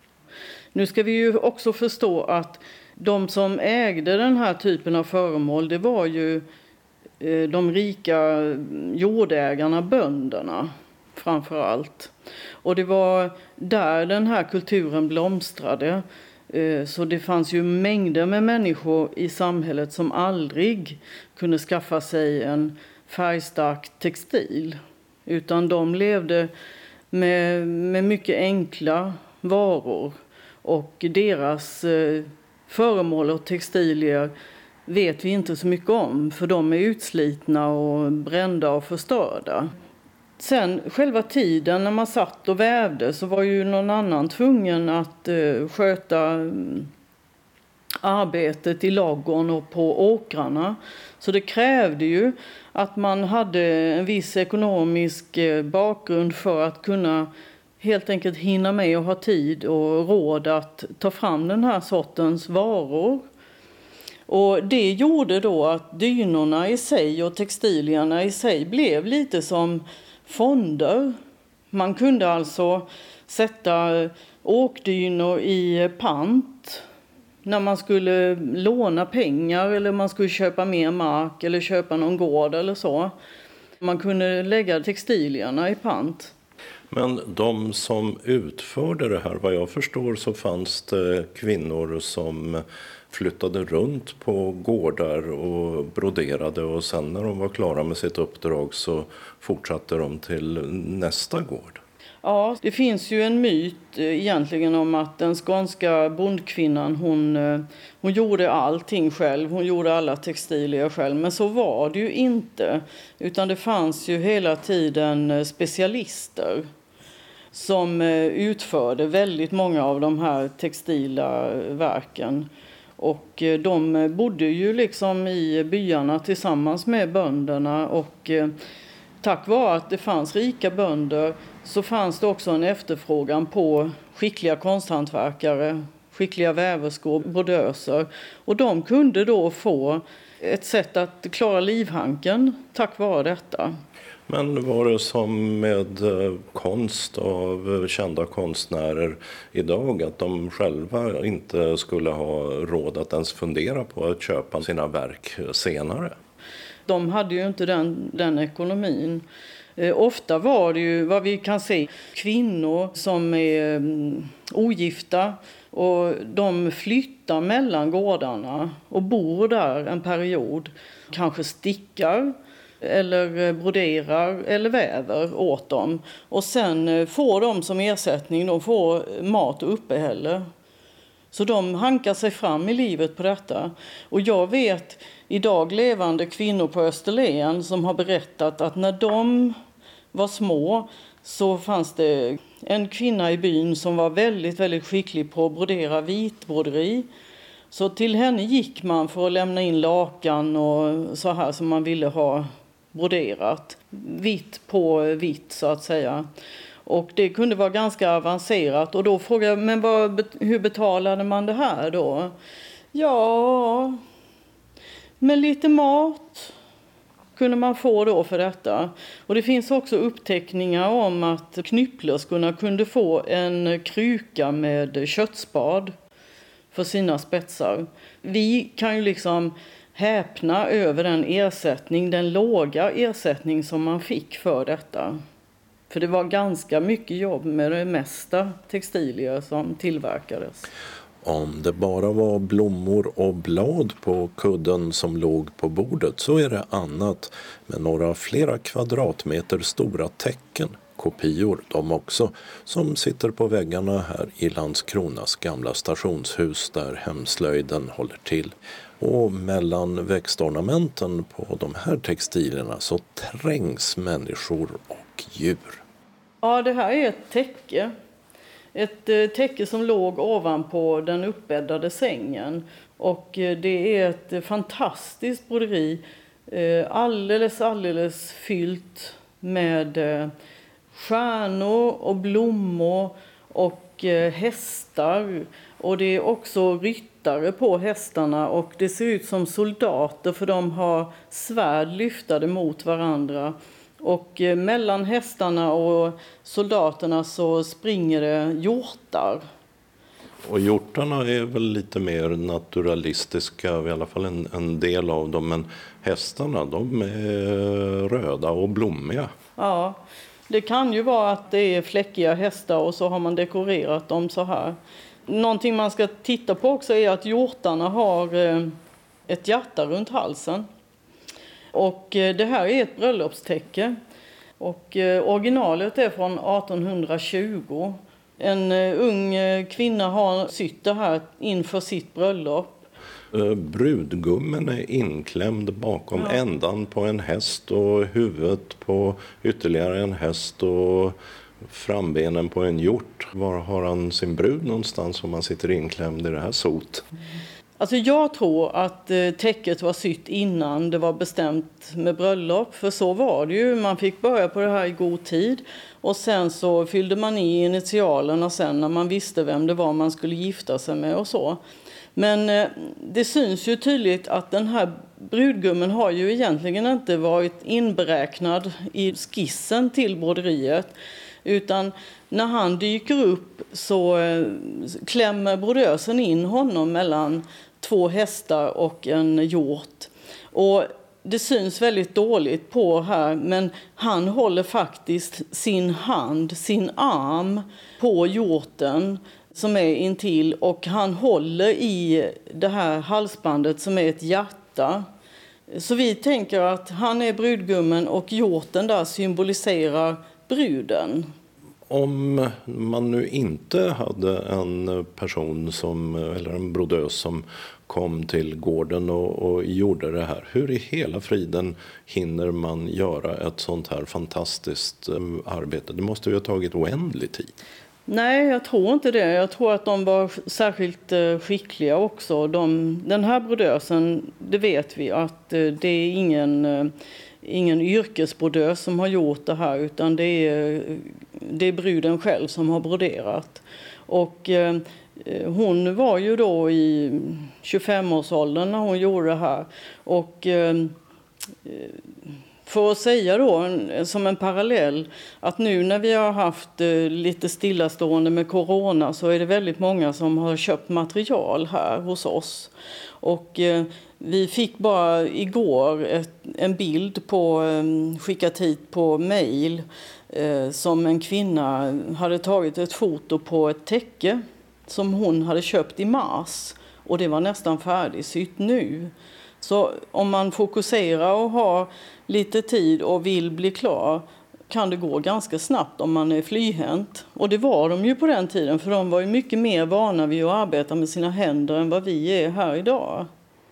[SPEAKER 12] Nu ska vi ju också förstå att de som ägde den här typen av föremål, det var ju de rika jordägarna, bönderna. framför allt. Och det var där den här kulturen blomstrade. Så det fanns ju mängder med människor i samhället som aldrig kunde skaffa sig en färgstark textil. Utan de levde med, med mycket enkla varor. Och deras eh, föremål och textilier vet vi inte så mycket om. För de är utslitna och brända och förstörda. Sen själva tiden när man satt och vävde så var ju någon annan tvungen att eh, sköta mm, arbetet i ladugården och på åkrarna. Så det krävde ju att man hade en viss ekonomisk eh, bakgrund för att kunna helt enkelt hinna med och ha tid och råd att ta fram den här sortens varor. Och det gjorde då att dynorna i sig och textilierna i sig blev lite som fonder. Man kunde alltså sätta åkdynor i pant när man skulle låna pengar eller man skulle köpa mer mark eller köpa någon gård eller så. Man kunde lägga textilierna i pant.
[SPEAKER 13] Men de som utförde det här, vad jag förstår så fanns det kvinnor som flyttade runt på gårdar och broderade och sen när de var klara med sitt uppdrag så fortsatte de till nästa gård.
[SPEAKER 12] Ja, det finns ju en myt egentligen om att den skånska bondkvinnan hon, hon gjorde allting själv, hon gjorde alla textilier själv, men så var det ju inte. Utan det fanns ju hela tiden specialister som utförde väldigt många av de här textila verken. Och de bodde ju liksom i byarna tillsammans med bönderna och tack vare att det fanns rika bönder så fanns det också en efterfrågan på skickliga konsthantverkare, skickliga väverskor, brodöser. Och de kunde då få ett sätt att klara livhanken tack vare detta.
[SPEAKER 13] Men var det som med konst av kända konstnärer idag att de själva inte skulle ha råd att ens fundera på att köpa sina verk senare?
[SPEAKER 12] De hade ju inte den, den ekonomin. Eh, ofta var det ju vad vi kan se kvinnor som är mm, ogifta och de flyttar mellan gårdarna och bor där en period. Kanske stickar eller broderar eller väver åt dem. Och sen får de som ersättning, de får mat och uppehälle. Så de hankar sig fram i livet på detta. Och jag vet idag levande kvinnor på Österlen som har berättat att när de var små så fanns det en kvinna i byn som var väldigt, väldigt skicklig på att brodera vitbroderi. Så till henne gick man för att lämna in lakan och så här som man ville ha broderat. Vitt på vitt så att säga. Och det kunde vara ganska avancerat. Och då frågade jag, men vad, hur betalade man det här då? Ja, med lite mat kunde man få då för detta. Och det finns också uppteckningar om att knypplerskorna kunde få en kruka med köttspad för sina spetsar. Vi kan ju liksom häpna över den ersättning, den låga ersättning som man fick för detta. För det var ganska mycket jobb med det mesta textilier som tillverkades.
[SPEAKER 13] Om det bara var blommor och blad på kudden som låg på bordet så är det annat med några flera kvadratmeter stora tecken, kopior de också, som sitter på väggarna här i Landskronas gamla stationshus där hemslöjden håller till. Och mellan växtornamenten på de här textilierna så trängs människor och djur.
[SPEAKER 12] Ja, det här är ett täcke. Ett täcke som låg ovanpå den uppbäddade sängen. Och det är ett fantastiskt broderi. Alldeles, alldeles fyllt med stjärnor och blommor och hästar. Och det är också ryttare på hästarna och det ser ut som soldater för de har svärd lyftade mot varandra. Och mellan hästarna och soldaterna så springer det hjortar.
[SPEAKER 13] Och hjortarna är väl lite mer naturalistiska, i alla fall en, en del av dem. Men hästarna, de är röda och blommiga.
[SPEAKER 12] Ja, Det kan ju vara att det är fläckiga hästar och så har man dekorerat dem så här. Någonting man ska titta på också är att hjortarna har ett hjärta runt halsen. Och det här är ett bröllopstäcke. Och originalet är från arton tjugo. En ung kvinna har sytt det här inför sitt bröllop.
[SPEAKER 13] Brudgummen är inklämd bakom ja. ändan på en häst och huvudet på ytterligare en häst och frambenen på en hjort. Var har han sin brud någonstans om man sitter inklämd i det här sot?
[SPEAKER 12] Alltså jag tror att täcket var sytt innan det var bestämt med bröllop. För så var det ju. Man fick börja på det här i god tid. Och sen så fyllde man i initialerna sen när man visste vem det var man skulle gifta sig med och så. Men det syns ju tydligt att den här brudgummen har ju egentligen inte varit inberäknad i skissen till broderiet. Utan när han dyker upp så klämmer brodösen in honom mellan två hästar och en hjort. Och det syns väldigt dåligt på här, men han håller faktiskt sin hand, sin arm på hjorten som är intill, och han håller i det här halsbandet som är ett hjärta. Så vi tänker att han är brudgummen och hjorten där symboliserar bruden.
[SPEAKER 13] Om man nu inte hade en person som, eller en brodös som kom till gården och, och gjorde det här, hur i hela friden hinner man göra ett sånt här fantastiskt arbete? Det måste ju ha tagit oändlig tid.
[SPEAKER 12] Nej, jag tror inte det. Jag tror att de var särskilt skickliga också. De, den här brodösen, det vet vi att det är ingen, ingen yrkesbrodös som har gjort det här, utan det är, det är bruden själv som har broderat. Och eh, hon var ju då i tjugofemårsåldern när hon gjorde det här. Och eh, för att säga då som en parallell att nu när vi har haft eh, lite stillastående med corona så är det väldigt många som har köpt material här hos oss. Och eh, vi fick bara igår ett, en bild på eh, skickat hit på mejl eh, som en kvinna hade tagit ett foto på ett täcke som hon hade köpt i mars, och det var nästan färdigsytt nu. Så om man fokuserar och har lite tid och vill bli klar kan det gå ganska snabbt om man är flyhänt. Och det var de ju på den tiden, för de var ju mycket mer vana vid att arbeta med sina händer än vad vi är här idag.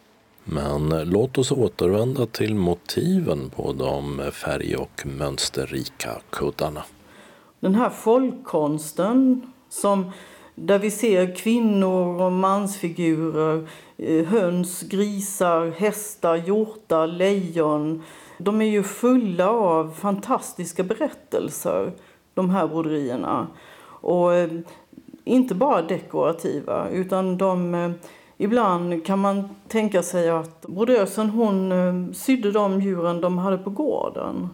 [SPEAKER 13] Men låt oss återvända till motiven på de färg- och mönsterrika kuddarna.
[SPEAKER 12] Den här folkkonsten som där vi ser kvinnor och mansfigurer, höns, grisar, hästar, hjortar, lejon. De är ju fulla av fantastiska berättelser, de här broderierna. Och inte bara dekorativa, utan de, ibland kan man tänka sig att brodösen hon sydde de djuren de hade på gården.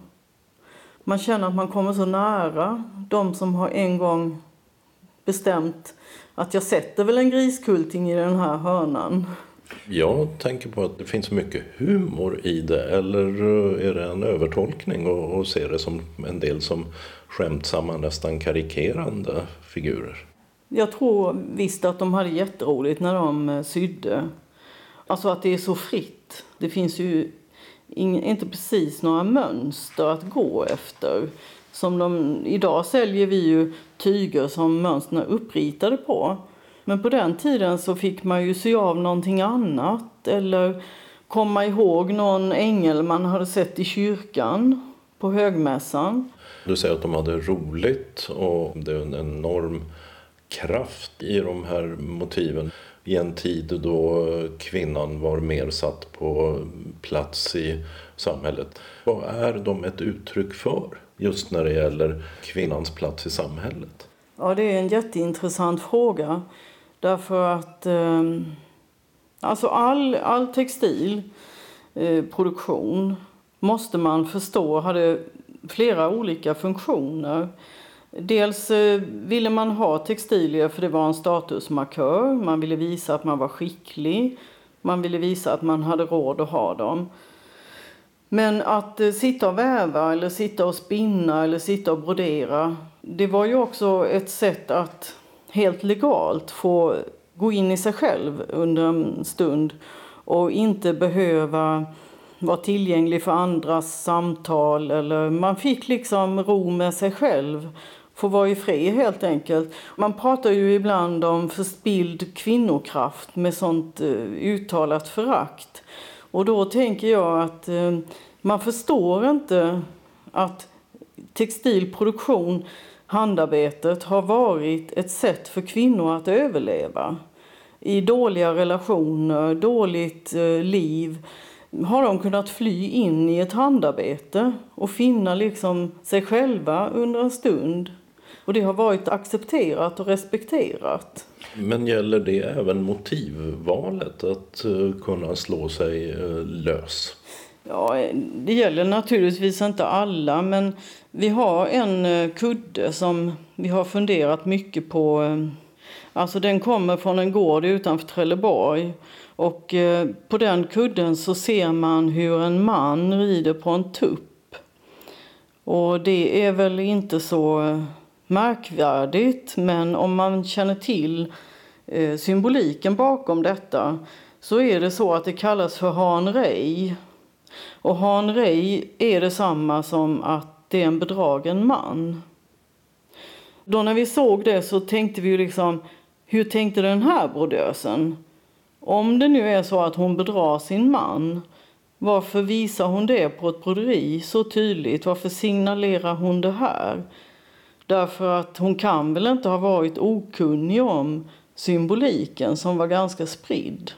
[SPEAKER 12] Man känner att man kommer så nära de som har en gång bestämt att jag sätter väl en griskulting i den här hörnan.
[SPEAKER 13] Jag tänker på att det finns mycket humor i det, eller är det en övertolkning och, och ser det som en del som skämtsamma, nästan karikerande figurer?
[SPEAKER 12] Jag tror visst att de hade jätteroligt när de sydde. Alltså att det är så fritt. Det finns ju in, inte precis några mönster att gå efter. Som de, idag säljer vi ju tyger som mönsterna uppritade på. Men på den tiden så fick man ju sy av någonting annat. Eller komma ihåg någon ängel man hade sett i kyrkan på högmässan.
[SPEAKER 13] Du säger att de hade roligt och det är en enorm kraft i de här motiven. I en tid då kvinnan var mer satt på plats i samhället. Vad är de ett uttryck för just när det gäller kvinnans plats i samhället?
[SPEAKER 12] Ja, det är en jätteintressant fråga. Därför att eh, alltså all, all textilproduktion eh, måste man förstå hade flera olika funktioner. Dels eh, ville man ha textilier för det var en statusmarkör. Man ville visa att man var skicklig. Man ville visa att man hade råd att ha dem. Men att eh, sitta och väva eller sitta och spinna eller sitta och brodera, det var ju också ett sätt att helt legalt få gå in i sig själv under en stund och inte behöva vara tillgänglig för andras samtal. Eller man fick liksom ro med sig själv, få vara i fred helt enkelt. Man pratar ju ibland om förspild kvinnokraft med sånt uttalat förakt. Och då tänker jag att man förstår inte att textilproduktion, handarbetet, har varit ett sätt för kvinnor att överleva. I dåliga relationer, dåligt liv, har de kunnat fly in i ett handarbete och finna liksom sig själva under en stund. Och det har varit accepterat och respekterat.
[SPEAKER 13] Men gäller det även motivvalet, att kunna slå sig lös?
[SPEAKER 12] Ja, det gäller naturligtvis inte alla, men vi har en kudde som vi har funderat mycket på. Alltså den kommer från en gård utanför Trelleborg. Och på den kudden så ser man hur en man rider på en tupp. Och det är väl inte så märkvärdigt, men om man känner till eh, symboliken bakom detta så är det så att det kallas för hanrej. Och hanrej är detsamma som att det är en bedragen man. Då när vi såg det så tänkte vi ju liksom, hur tänkte den här brodösen? Om det nu är så att hon bedrar sin man, varför visar hon det på ett broderi så tydligt? Varför signalerar hon det här? Därför att hon kan väl inte ha varit okunnig om symboliken som var ganska spridd.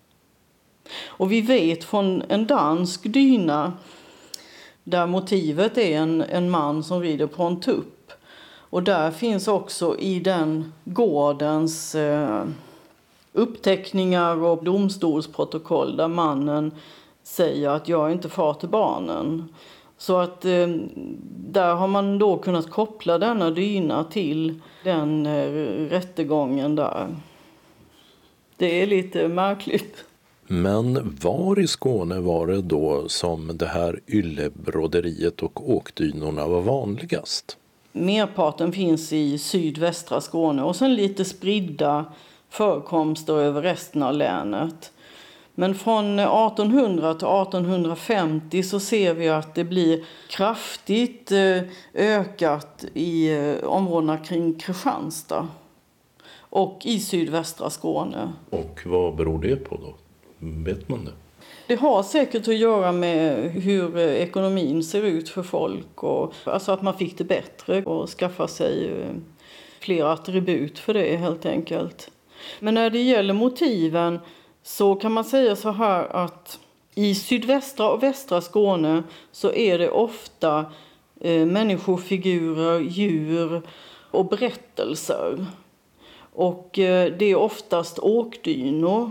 [SPEAKER 12] Och vi vet från en dansk dyna där motivet är en, en man som rider på en tupp. Och där finns också i den gårdens eh, uppteckningar och domstolsprotokoll där mannen säger att jag är inte far till barnen. Så att eh, där har man då kunnat koppla denna dyna till den eh, rättegången där. Det är lite märkligt.
[SPEAKER 13] Men var i Skåne var det då som det här yllebroderiet och åkdynorna var vanligast?
[SPEAKER 12] Merparten finns i sydvästra Skåne och sen lite spridda förekomster över resten av länet. Men från artonhundra till artonhundrafemtio så ser vi att det blir kraftigt ökat i områdena kring Kristianstad och i sydvästra Skåne.
[SPEAKER 13] Och vad beror det på då? Vet man det?
[SPEAKER 12] Det har säkert att göra med hur ekonomin ser ut för folk. Och, alltså att man fick det bättre och skaffa sig fler attribut för det helt enkelt. Men när det gäller motiven så kan man säga så här att i sydvästra och västra Skåne så är det ofta eh, människofigurer, djur och berättelser. Och eh, det är oftast åkdynor.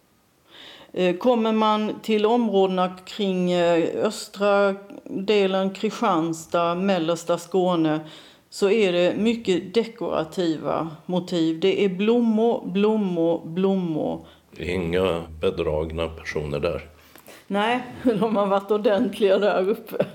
[SPEAKER 12] Eh, kommer man till områdena kring eh, östra delen, Kristianstad, mellersta Skåne så är det mycket dekorativa motiv. Det är blommor, blommor, blommor.
[SPEAKER 13] Inga bedragna personer där.
[SPEAKER 12] Nej, de har varit ordentliga där uppe.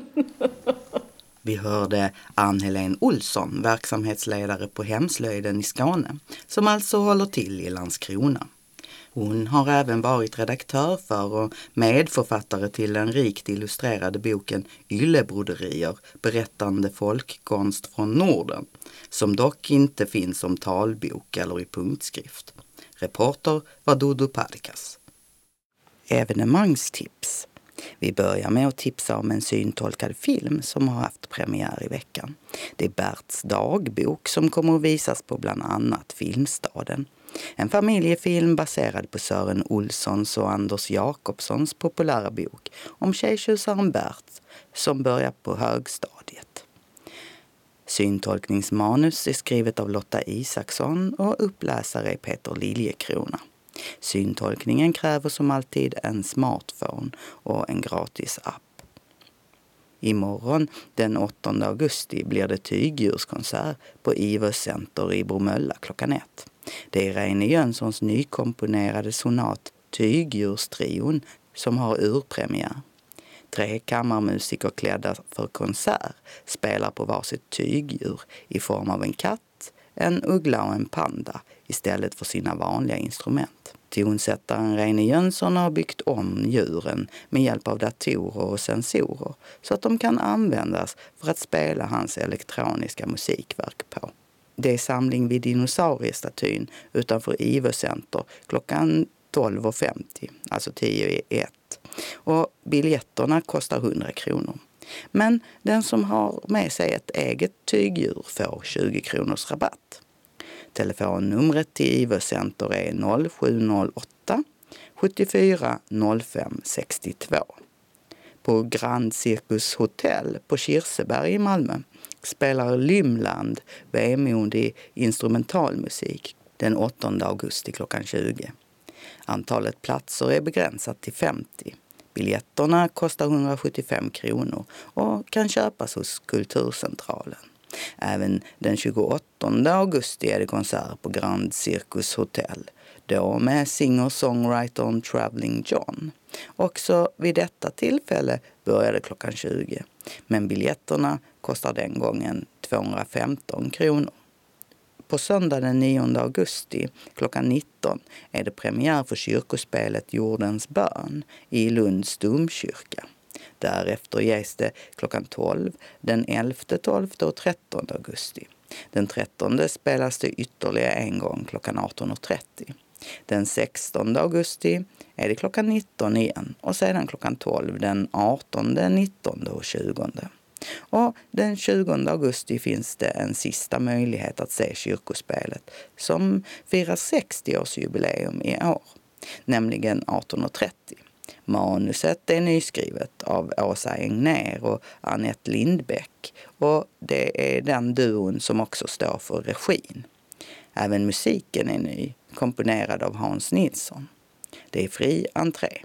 [SPEAKER 2] Vi hörde Ann-Helén Olsson, verksamhetsledare på Hemslöjden i Skåne, som alltså håller till i Landskrona. Hon har även varit redaktör för och medförfattare till den rikt illustrerade boken Yllebroderier, berättande folkkonst från Norden, som dock inte finns som talbok eller i punktskrift. Reporter var Dodo Padikas. Evenemangstips. Vi börjar med att tipsa om en syntolkad film som har haft premiär i veckan. Det är Berts dagbok som kommer att visas på bland annat Filmstaden. En familjefilm baserad på Sören Olssons och Anders Jakobssons populära bok om tjejtjusaren Bert som börjar på högstadiet. Syntolkningsmanus är skrivet av Lotta Isaksson och uppläsare är Peter Liljekrona. Syntolkningen kräver som alltid en smartphone och en gratis app. Imorgon den åttonde augusti blir det tygdjurskonsert på Ivers Center i Bromölla klockan ett. Det är Reine Jönssons nykomponerade sonat Tygdjurstrion som har urpremiär. Tre kammarmusiker klädda för konsert spelar på varsitt tygdjur i form av en katt, en uggla och en panda istället för sina vanliga instrument. Tonsättaren Rene Jönsson har byggt om djuren med hjälp av datorer och sensorer så att de kan användas för att spela hans elektroniska musikverk på. Det är samling vid dinosauriestatyn utanför I V Ö-center klockan tolv och femtio, alltså tio i ett. Och biljetterna kostar hundra kronor. Men den som har med sig ett eget tygdjur får tjugo kronors rabatt. Telefonnumret till I V Ö-center är noll sju noll åtta sjuttiofyra noll fem sextiotvå. På Grand Circus Hotel på Kirseberg i Malmö spelar Lymland vemodig instrumentalmusik den åttonde augusti klockan tjugo. Antalet platser är begränsat till femtio. Biljetterna kostar hundrasjuttiofem kronor och kan köpas hos Kulturcentralen. Även den tjugoåttonde augusti är det konsert på Grand Circus Hotel, då med singer-songwritern Traveling John. Också vid detta tillfälle började klockan tjugo, men biljetterna kostar den gången tvåhundrafemton kronor. På söndag den nionde augusti klockan nitton är det premiär för kyrkospelet Jordens bön i Lunds domkyrka. Därefter ges det klockan tolv den elfte, tolfte och trettonde augusti. Den trettonde spelas det ytterligare en gång klockan arton och trettio. Den sextonde augusti är det klockan nitton igen och sedan klockan tolv den artonde, nittonde och tjugonde. Och den tjugonde augusti finns det en sista möjlighet att se kyrkospelet som firar sextio-årsjubileum i år, nämligen arton och trettio. Manuset är nyskrivet av Åsa Engner och Annette Lindbäck och det är den duon som också står för regin. Även musiken är ny, komponerad av Hans Nilsson. Det är fri entré.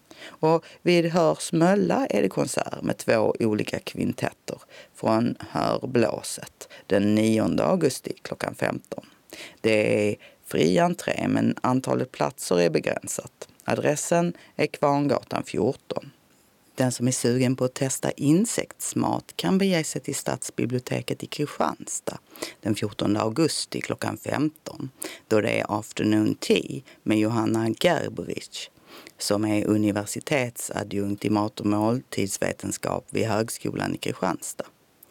[SPEAKER 2] Och vid Hörsmölla är det konsert med två olika kvintetter från Hörblåset den nionde augusti klockan femton. Det är fri entré men antalet platser är begränsat. Adressen är Kvarngatan fjorton. Den som är sugen på att testa insektsmat kan bege sig till Stadsbiblioteket i Kristianstad den fjortonde augusti klockan femton, då det är afternoon tea med Johanna Gerberich, som är universitetsadjunkt i mat- och måltidsvetenskap vid Högskolan i Kristianstad.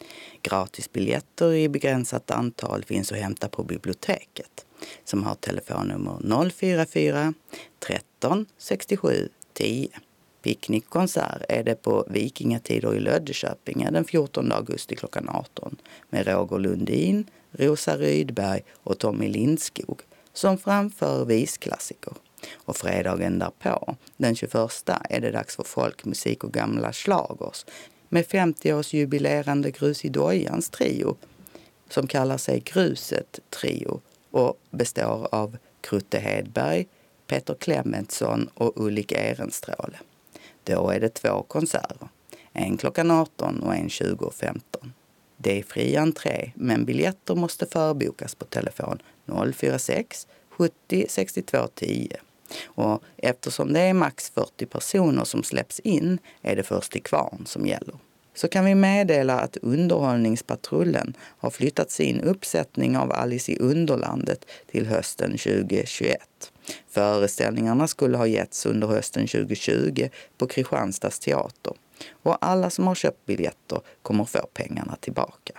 [SPEAKER 2] Gratisbiljetter i begränsat antal finns att hämta på biblioteket, som har telefonnummer noll fyra fyra tretton sextiosju tio. Picknickkonsert är det på Vikingatider i Löddeköpinge den fjortonde augusti klockan arton med Roger Lundin, Rosa Rydberg och Tommy Lindskog som framför visklassiker. Och fredagen därpå, den tjugoförsta, är det dags för folkmusik och gamla slagers med femtio-årsjubilerande Grus i Dojans trio som kallar sig Gruset Trio och består av Krutte Hedberg, Peter Clementsson och Ulrik Ehrenstråle. Då är det två konserter, en klockan arton och en tjugo och femton. Det är fri entré, men biljetter måste förbokas på telefon noll fyra sex sjuttio sextiotvå tio. Och eftersom det är max fyrtio personer som släpps in är det först till kvarn som gäller. Så kan vi meddela att Underhållningspatrullen har flyttat sin uppsättning av Alice i Underlandet till hösten tjugohundratjugoett. Föreställningarna skulle ha getts under hösten tjugotjugo på Kristianstads teater och alla som har köpt biljetter kommer få pengarna tillbaka.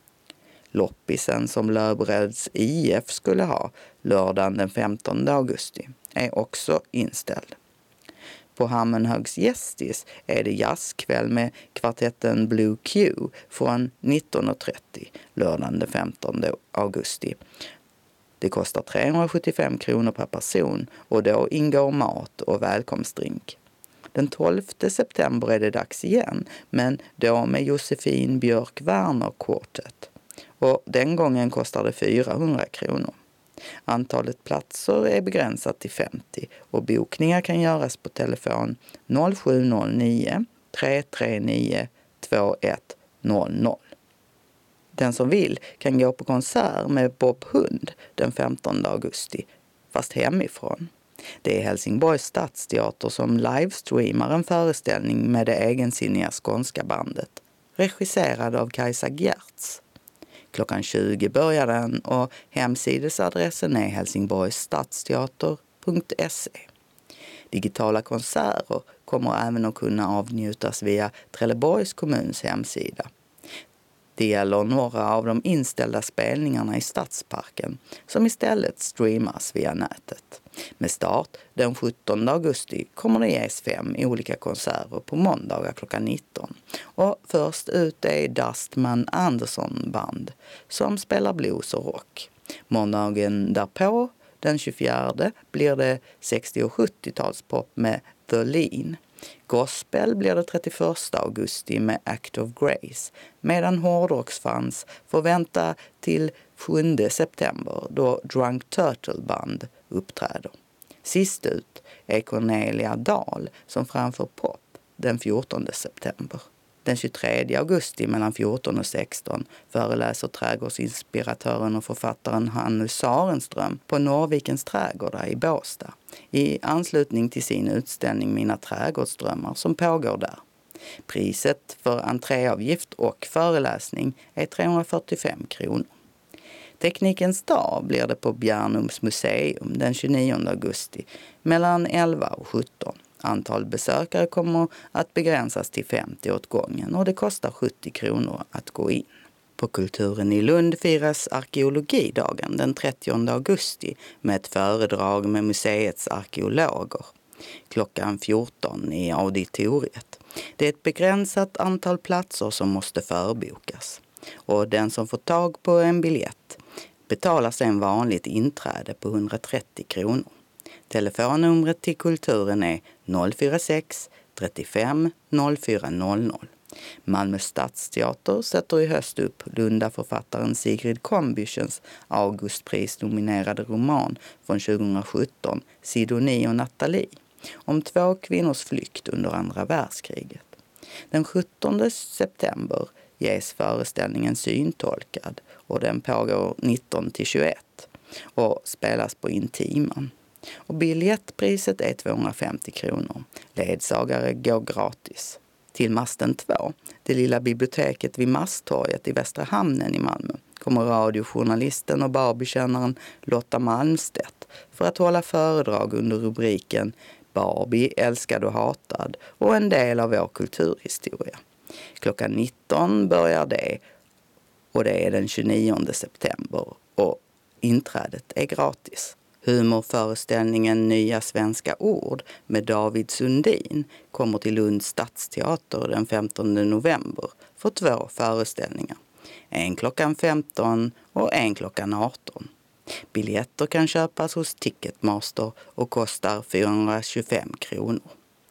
[SPEAKER 2] Loppisen som Löbereds I F skulle ha lördagen den femtonde augusti är också inställd. På Hammenhögs Gästis är det jazzkväll med kvartetten Blue Q från nitton och trettio lördagen den femtonde augusti. Det kostar trehundrasjuttiofem kronor per person och då ingår mat och välkomstdrink. Den tolfte september är det dags igen, men då med Josefin Björk Werner Quartet. Och den gången kostar det fyrahundra kronor. Antalet platser är begränsat till femtio och bokningar kan göras på telefon noll sju noll nio tre tre nio två ett noll noll. Den som vill kan gå på konsert med Bob Hund den femtonde augusti, fast hemifrån. Det är Helsingborgs stadsteater som livestreamar en föreställning med det egensinniga skånska bandet, regisserad av Kajsa Gertz. Klockan tjugo börjar den och hemsidesadressen är helsingborgsstadsteater punkt se. Digitala konserter kommer även att kunna avnjutas via Trelleborgs kommuns hemsida. Det gäller några av de inställda spelningarna i Stadsparken som istället streamas via nätet. Med start den sjuttonde augusti kommer det ges fem olika konserter på måndagar klockan nitton. Och först ut är Dustman Anderson Band som spelar blues och rock. Måndagen därpå, den tjugofjärde, blir det sextio- och sjuttiotalspop med The Lean. Gospel blir det trettioförsta augusti med Act of Grace, medan hårdrocksfans får vänta till sjunde september då Drunk Turtle Band uppträder. Sist ut är Cornelia Dahl som framför pop den fjortonde september. Den tjugotredje augusti mellan fjorton och sexton föreläser trädgårdsinspiratören och författaren Hannu Sarenström på Norrvikens trädgårdar i Båstad i anslutning till sin utställning Mina trädgårdsdrömmar som pågår där. Priset för entréavgift och föreläsning är trehundrafyrtiofem kronor. Teknikens dag blir det på Bjärnums museum den tjugonionde augusti mellan elva och sjutton. Antal besökare kommer att begränsas till femtio åt gången och det kostar sjuttio kronor att gå in. På Kulturen i Lund firas arkeologidagen den trettionde augusti med ett föredrag med museets arkeologer. Klockan fjorton i auditoriet. Det är ett begränsat antal platser som måste förbokas. Och den som får tag på en biljett betalar sen vanligt inträde på hundratrettio kronor. Telefonnumret till Kulturen är noll fyra sex trettiofem noll fyra noll noll. Malmö stadsteater sätter i höst upp Lundaförfattaren Sigrid Kombyschens Augustpris-nominerade roman från tjugosjutton, Sidonie och Nathalie, om två kvinnors flykt under andra världskriget. Den sjuttonde september ges föreställningen Syntolkad och den pågår nitton till tjugoett och spelas på Intiman. Och biljettpriset är tvåhundrafemtio kronor. Ledsagare går gratis. Till Masten två, det lilla biblioteket vid Masttorget i Västra hamnen i Malmö, kommer radiojournalisten och Barbie-kännaren Lotta Malmstedt för att hålla föredrag under rubriken Barbie, älskad och hatad och en del av vår kulturhistoria. Klockan nitton börjar det och det är den tjugonionde september och inträdet är gratis. Humorföreställningen Nya svenska ord med David Sundin kommer till Lunds stadsteater den femtonde november för två föreställningar. En klockan femton och en klockan arton. Biljetter kan köpas hos Ticketmaster och kostar fyrahundratjugofem kronor.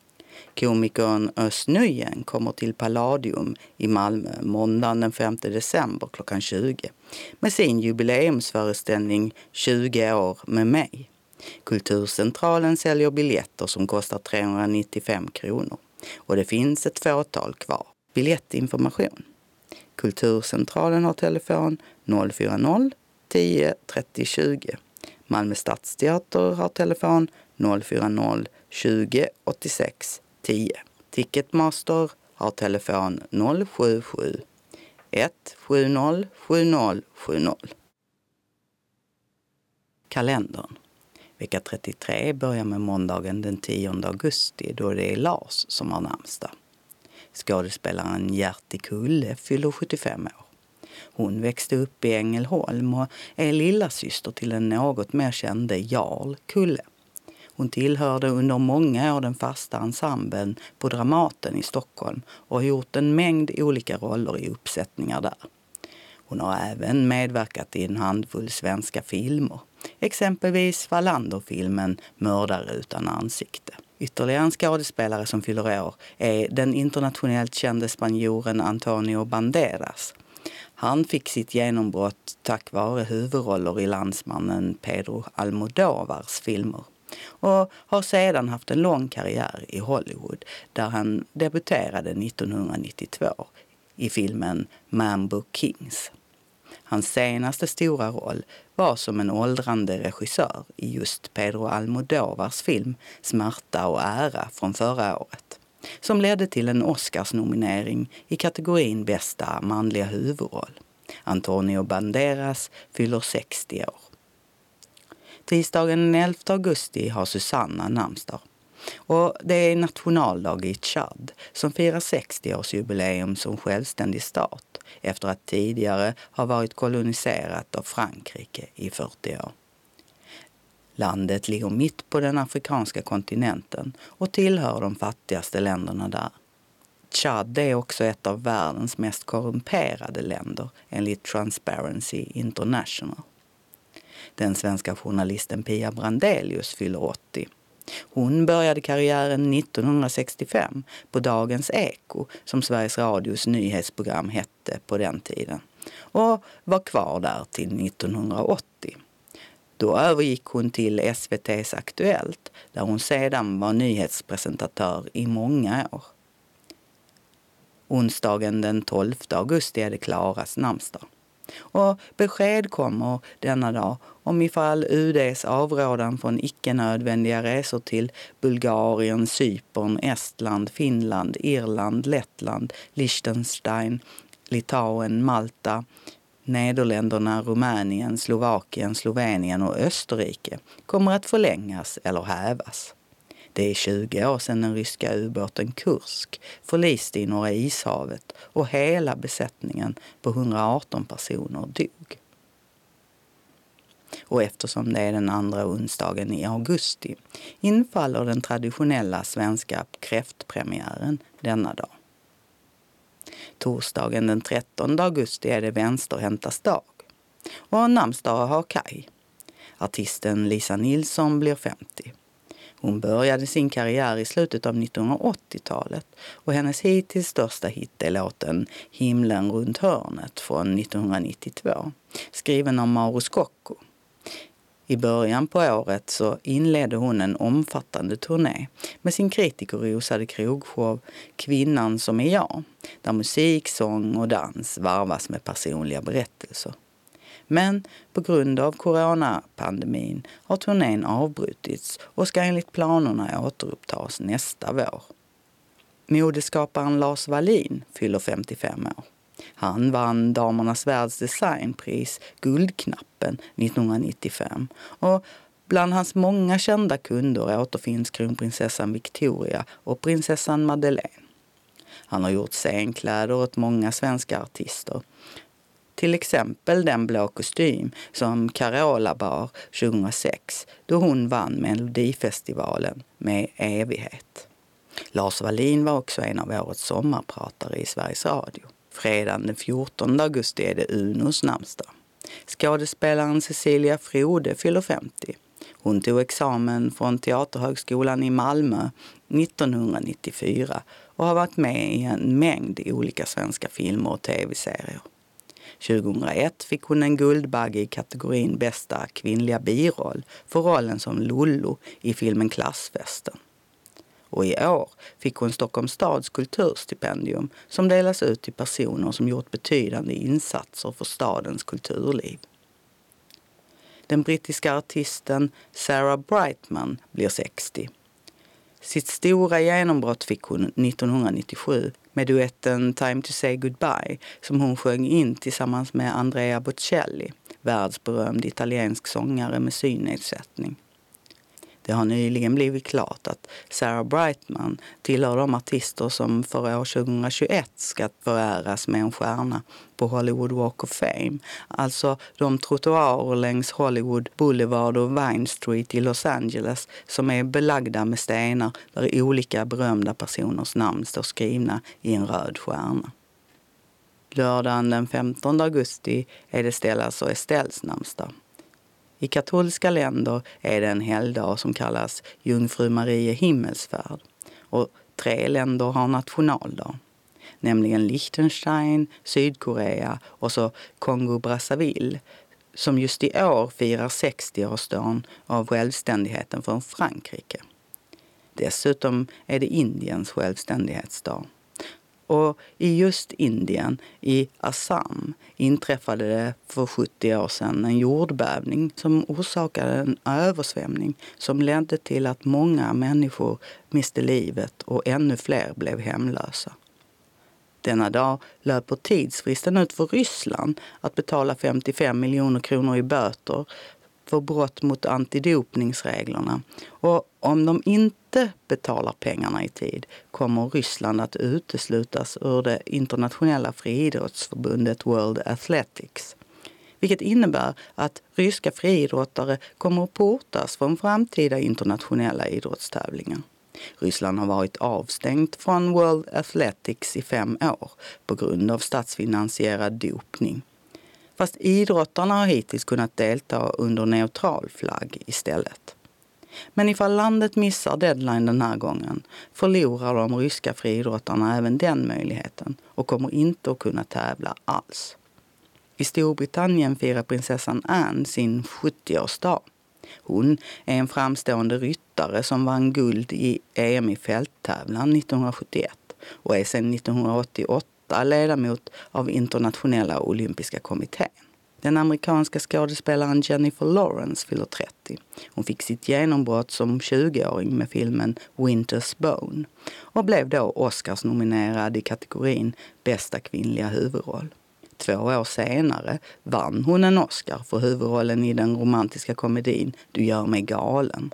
[SPEAKER 2] Komikern Özz Nujen kommer till Palladium i Malmö måndagen den femte december klockan tjugo med sin jubileumsföreställning tjugo år med mig. Kulturcentralen säljer biljetter som kostar trehundranittiofem kronor och det finns ett fåtal kvar. Biljettinformation. Kulturcentralen har telefon noll fyra noll tio trettio tjugo. Malmö stadsteater har telefon noll fyra noll tjugo åttiosex tio. Ticketmaster har telefon noll sju sju ett sju noll sju noll sju noll. Kalendern. Vecka trettiotre börjar med måndagen den tionde augusti då det är Lars som har namnsdag. Skådespelaren Gerti Kulle fyller sjuttiofem år. Hon växte upp i Ängelholm och är lilla syster till den något mer kände Jarl Kulle. Hon tillhörde under många år den fasta ensemblen på Dramaten i Stockholm och har gjort en mängd olika roller i uppsättningar där. Hon har även medverkat i en handfull svenska filmer, exempelvis Wallander-filmen Mördare utan ansikte. Ytterligare en skådespelare som fyller år är den internationellt kände spanjoren Antonio Banderas. Han fick sitt genombrott tack vare huvudroller i landsmannen Pedro Almodóvars filmer och har sedan haft en lång karriär i Hollywood där han debuterade nittonhundranittiotvå i filmen Mambo Kings. Hans senaste stora roll var som en åldrande regissör i just Pedro Almodóvars film Smärta och ära från förra året, som ledde till en Oscarsnominering i kategorin bästa manliga huvudroll. Antonio Banderas fyller sextio år. Tisdagen den elfte augusti har Susanna namnsdag. Och det är nationaldag i Tchad som firar sextio-årsjubileum som självständig stat efter att tidigare ha varit koloniserat av Frankrike i fyrtio år. Landet ligger mitt på den afrikanska kontinenten och tillhör de fattigaste länderna där. Tchad är också ett av världens mest korrumperade länder enligt Transparency International. Den svenska journalisten Pia Brandelius fyller åttio. Hon började karriären nittonhundrasextiofem på Dagens Eko, som Sveriges Radios nyhetsprogram hette på den tiden, och var kvar där till nittonhundraåttio. Då övergick hon till S V T:s Aktuellt, där hon sedan var nyhetspresentatör i många år. Onsdagen den tolfte augusti är det Klaras namnsdag. Och besked kommer denna dag om ifall U D:s avrådan från icke-nödvändiga resor till Bulgarien, Cypern, Estland, Finland, Irland, Lettland, Liechtenstein, Litauen, Malta, Nederländerna, Rumänien, Slovakien, Slovenien och Österrike kommer att förlängas eller hävas. Det är tjugo år sedan den ryska ubåten Kursk förliste i Norra ishavet och hela besättningen på hundraarton personer dog. Och eftersom det är den andra onsdagen i augusti infaller den traditionella svenska kräftpremiären denna dag. Torsdagen den trettonde augusti är det vänsterhäntas dag. Och namnsdag har Kaj. Artisten Lisa Nilsson blir femtio. Hon började sin karriär i slutet av nittonhundraåttiotalet och hennes hittills största hit är låten Himlen runt hörnet från nittonhundranittiotvå, skriven av Mauro Scocco. I början på året så inledde hon en omfattande turné med sin kritikerrosade krogshow Kvinnan som är jag, där musik, sång och dans varvas med personliga berättelser. Men på grund av coronapandemin har turnén avbrutits och ska enligt planerna återupptas nästa vår. Modeskaparen Lars Wallin fyller femtiofem år. Han vann Damernas världsdesignpris Guldknappen nittonhundranittiofem och bland hans många kända kunder återfinns kronprinsessan Victoria och prinsessan Madeleine. Han har gjort scenkläder åt många svenska artister. Till exempel den blå kostym som Carola bar tjugohundrasex då hon vann Melodifestivalen med Evighet. Lars Wallin var också en av årets sommarpratare i Sveriges Radio. Fredagen den fjortonde augusti är det Unos namnsdag. Skådespelaren Cecilia Frode fyller femtio. Hon tog examen från Teaterhögskolan i Malmö nittonhundranittiofyra och har varit med i en mängd olika svenska filmer och tv-serier. tjugohundraett fick hon en Guldbagge i kategorin bästa kvinnliga biroll för rollen som Lollo i filmen Klassfesten. Och i år fick hon Stockholms stads kulturstipendium som delas ut till personer som gjort betydande insatser för stadens kulturliv. Den brittiska artisten Sarah Brightman blir sextio. Sitt stora genombrott fick hon nittonhundranittiosju med duetten Time to say goodbye som hon sjöng in tillsammans med Andrea Bocelli, världsberömd italiensk sångare med synnedsättning. Det har nyligen blivit klart att Sarah Brightman tillhör de artister som för år tjugohundratjugoett ska föräras med en stjärna på Hollywood Walk of Fame, alltså de trottoarer längs Hollywood Boulevard och Vine Street i Los Angeles som är belagda med stenar där olika berömda personers namn står skrivna i en röd stjärna. Lördagen den femtonde augusti är det Stellas och Estelles namnsdag. I katolska länder är det en helgdag som kallas Jungfru Marie himmelsfärd och tre länder har nationaldag, nämligen Liechtenstein, Sydkorea och så Kongo-Brazzaville som just i år firar sextio-årsdagen av självständigheten från Frankrike. Dessutom är det Indiens självständighetsdag. Och i just Indien, i Assam, inträffade det för sjuttio år sedan en jordbävning som orsakade en översvämning som ledde till att många människor miste livet och ännu fler blev hemlösa. Denna dag löper tidsfristen ut för Ryssland att betala femtiofem miljoner kronor i böter för brott mot antidopningsreglerna. Och om de inte betalar pengarna i tid kommer Ryssland att uteslutas ur det internationella friidrottsförbundet World Athletics. Vilket innebär att ryska friidrottare kommer att portas från framtida internationella idrottstävlingar. Ryssland har varit avstängt från World Athletics i fem år på grund av statsfinansierad dopning. Fast idrottarna har hittills kunnat delta under neutral flagg istället. Men ifall landet missar deadline den här gången förlorar de ryska friidrottarna även den möjligheten och kommer inte att kunna tävla alls. I Storbritannien firar prinsessan Anne sin sjuttioårsdag. Hon är en framstående ryttare som vann guld i E M i fälttävlan nittonhundrasjuttioett och är sedan nittonhundraåttioåtta ledamot av internationella olympiska kommittén. Den amerikanska skådespelaren Jennifer Lawrence fyller trettio. Hon fick sitt genombrott som tjugoåring med filmen Winter's Bone och blev då Oscars nominerad i kategorin bästa kvinnliga huvudroll. Två år senare vann hon en Oscar för huvudrollen i den romantiska komedin Du gör mig galen.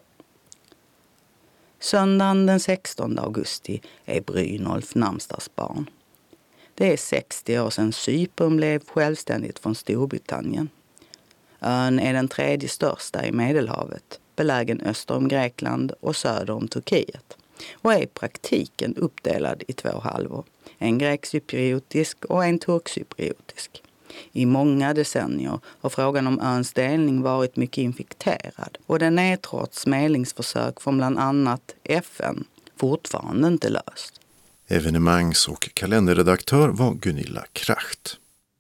[SPEAKER 2] Söndagen den sextonde augusti är Brynolf namnsdagsbarn. Det är sextio år sedan Cypern blev självständigt från Storbritannien. Ön är den tredje största i Medelhavet, belägen öster om Grekland och söder om Turkiet och är i praktiken uppdelad i två halvor, en grekcypriotisk och en turkcypriotisk. I många decennier har frågan om öns delning varit mycket infekterad och den är trots medlingsförsök från bland annat F N fortfarande inte löst.
[SPEAKER 1] Evenemangs- och kalenderredaktör var Gunilla Kracht.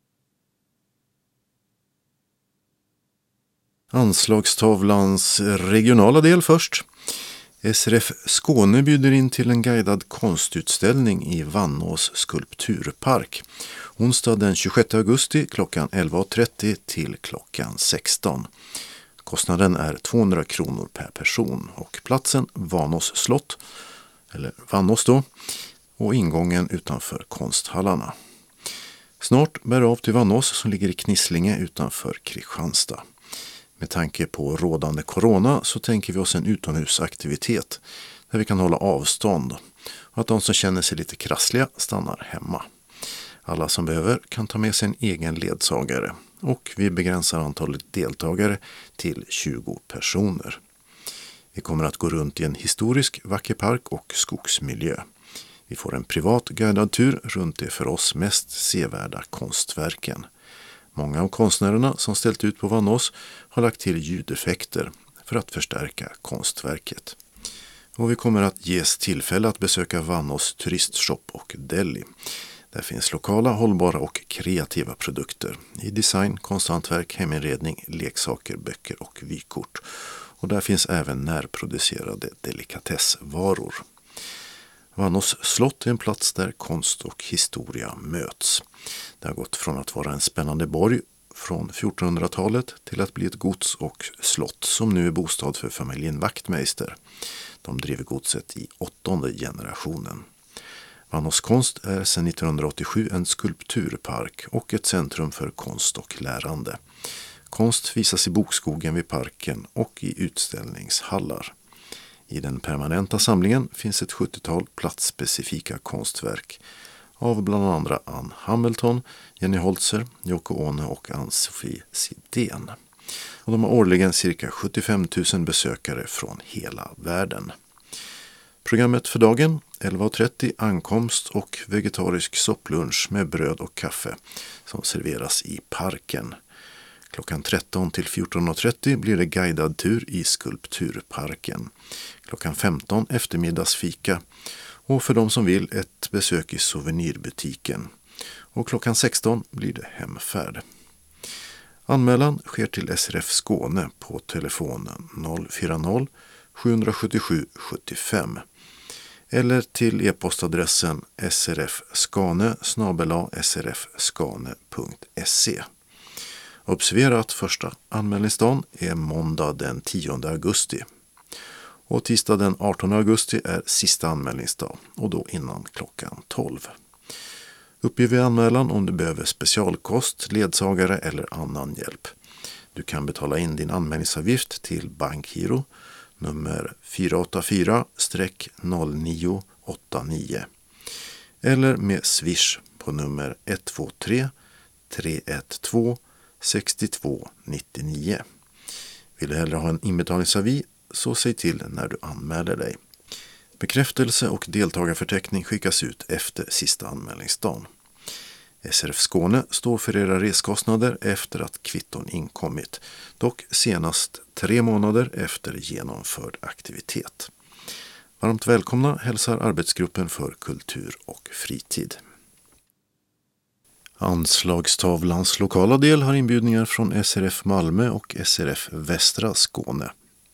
[SPEAKER 1] Anslagstavlans regionala del först. S R F Skåne bjuder in till en guidad konstutställning i Vannås skulpturpark. Onsdag den tjugosjätte augusti klockan elva och trettio till klockan sexton. Kostnaden är tvåhundra kronor per person och platsen Vannås slott, eller Vannås då, och ingången utanför konsthallarna. Snart bär av till Vannås som ligger i Knislinge utanför Kristianstad. Med tanke på rådande corona så tänker vi oss en utomhusaktivitet där vi kan hålla avstånd och att de som känner sig lite krassliga stannar hemma. Alla som behöver kan ta med sig en egen ledsagare och vi begränsar antalet deltagare till tjugo personer. Vi kommer att gå runt i en historisk vacker park och skogsmiljö. Vi får en privat guidad tur runt de för oss mest sevärda konstverken. Många av konstnärerna som ställt ut på Vannås har lagt till ljudeffekter för att förstärka konstverket. Och vi kommer att ges tillfälle att besöka Vannås turistshop och deli. Där finns lokala, hållbara och kreativa produkter i design, konsthantverk, heminredning, leksaker, böcker och vykort. Och där finns även närproducerade delikatessvaror. Vannås slott är en plats där konst och historia möts. Det har gått från att vara en spännande borg från fjortonhundratalet till att bli ett gods och slott som nu är bostad för familjen Wachtmeister. De driver godset i åttonde generationen. Vannås konst är sedan nittonhundraåttiosju en skulpturpark och ett centrum för konst och lärande. Konst visas i bokskogen vid parken och i utställningshallar. I den permanenta samlingen finns ett sjuttiotal platsspecifika konstverk av bland andra Ann Hamilton, Jenny Holzer, Yoko Ono och Ann-Sofie Sidén. Och de har årligen cirka sjuttiofem tusen besökare från hela världen. Programmet för dagen elva och trettio ankomst och vegetarisk sopplunch med bröd och kaffe som serveras i parken. Klockan tretton till fjorton och trettio blir det guidad tur i skulpturparken. Klockan femton eftermiddagsfika och för de som vill ett besök i souvenirbutiken. Och klockan sexton blir det hemfärd. Anmälan sker till S R F Skåne på telefonen noll fyra noll sju sju sju sju fem eller till e-postadressen srfskane snabel-a srfskane punkt se. Observera att första anmälningsdagen är måndag den tionde augusti. Och tisdag den artonde augusti är sista anmälningsdag och då innan klockan tolv. Uppge vid anmälan om du behöver specialkost, ledsagare eller annan hjälp. Du kan betala in din anmälningsavgift till Bankgiro nummer fyra åtta fyra noll nio åtta nio eller med Swish på nummer ett två tre tre ett två sex två nio nio. Vill du hellre ha en inbetalningsavi så säg till när du anmäler dig. Bekräftelse och deltagarförteckning skickas ut efter sista anmälningsdagen. S R F Skåne står för era reskostnader efter att kvitton inkommit, dock senast tre månader efter genomförd aktivitet. Varmt välkomna hälsar arbetsgruppen för kultur och fritid. Anslagstavlans lokala del har inbjudningar från S R F Malmö och S R F Västra Skåne.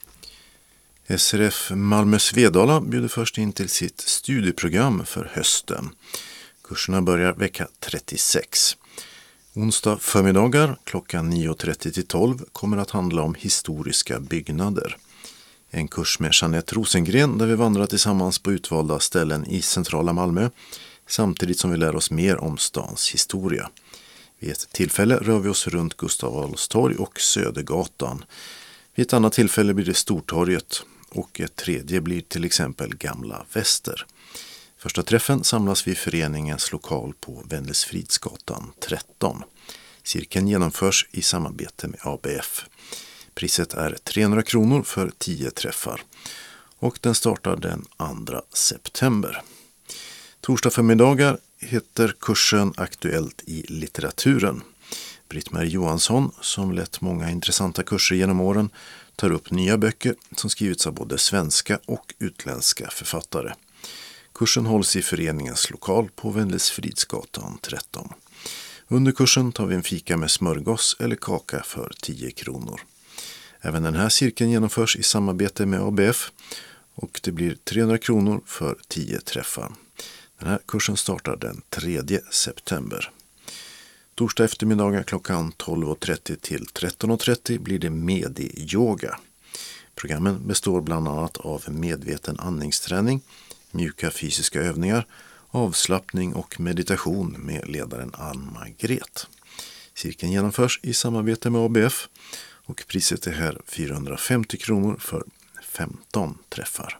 [SPEAKER 1] S R F Malmö Svedala bjuder först in till sitt studieprogram för hösten. Kurserna börjar vecka trettiosex. Onsdag förmiddagar klockan nio trettio till tolv kommer att handla om historiska byggnader. En kurs med Jeanette Rosengren där vi vandrar tillsammans på utvalda ställen i centrala Malmö samtidigt som vi lär oss mer om stans historia. Vid ett tillfälle rör vi oss runt Gustav Adolfs torg och Södergatan. Vid ett annat tillfälle blir det Stortorget och ett tredje blir till exempel Gamla Väster. Första träffen samlas vid föreningens lokal på Wendelsfridsgatan tretton. Cirkeln genomförs i samarbete med A B F. Priset är trehundra kronor för tio träffar och den startar den andra september. Torsdag förmiddagar heter kursen Aktuellt i litteraturen. Britt-Marie Johansson, som lett många intressanta kurser genom åren, tar upp nya böcker som skrivits av både svenska och utländska författare. Kursen hålls i föreningens lokal på Wendelsfridsgatan tretton. Under kursen tar vi en fika med smörgås eller kaka för tio kronor. Även den här cirkeln genomförs i samarbete med A B F och det blir trehundra kronor för tio träffar. Den här kursen startar den tredje september. Torsdag eftermiddagar klockan tolv trettio till tretton trettio blir det Medi-yoga. Programmen består bland annat av medveten andningsträning, mjuka fysiska övningar, avslappning och meditation med ledaren Ann-Margret. Cirkeln genomförs i samarbete med A B F och priset är här fyrahundrafemtio kronor för femton träffar.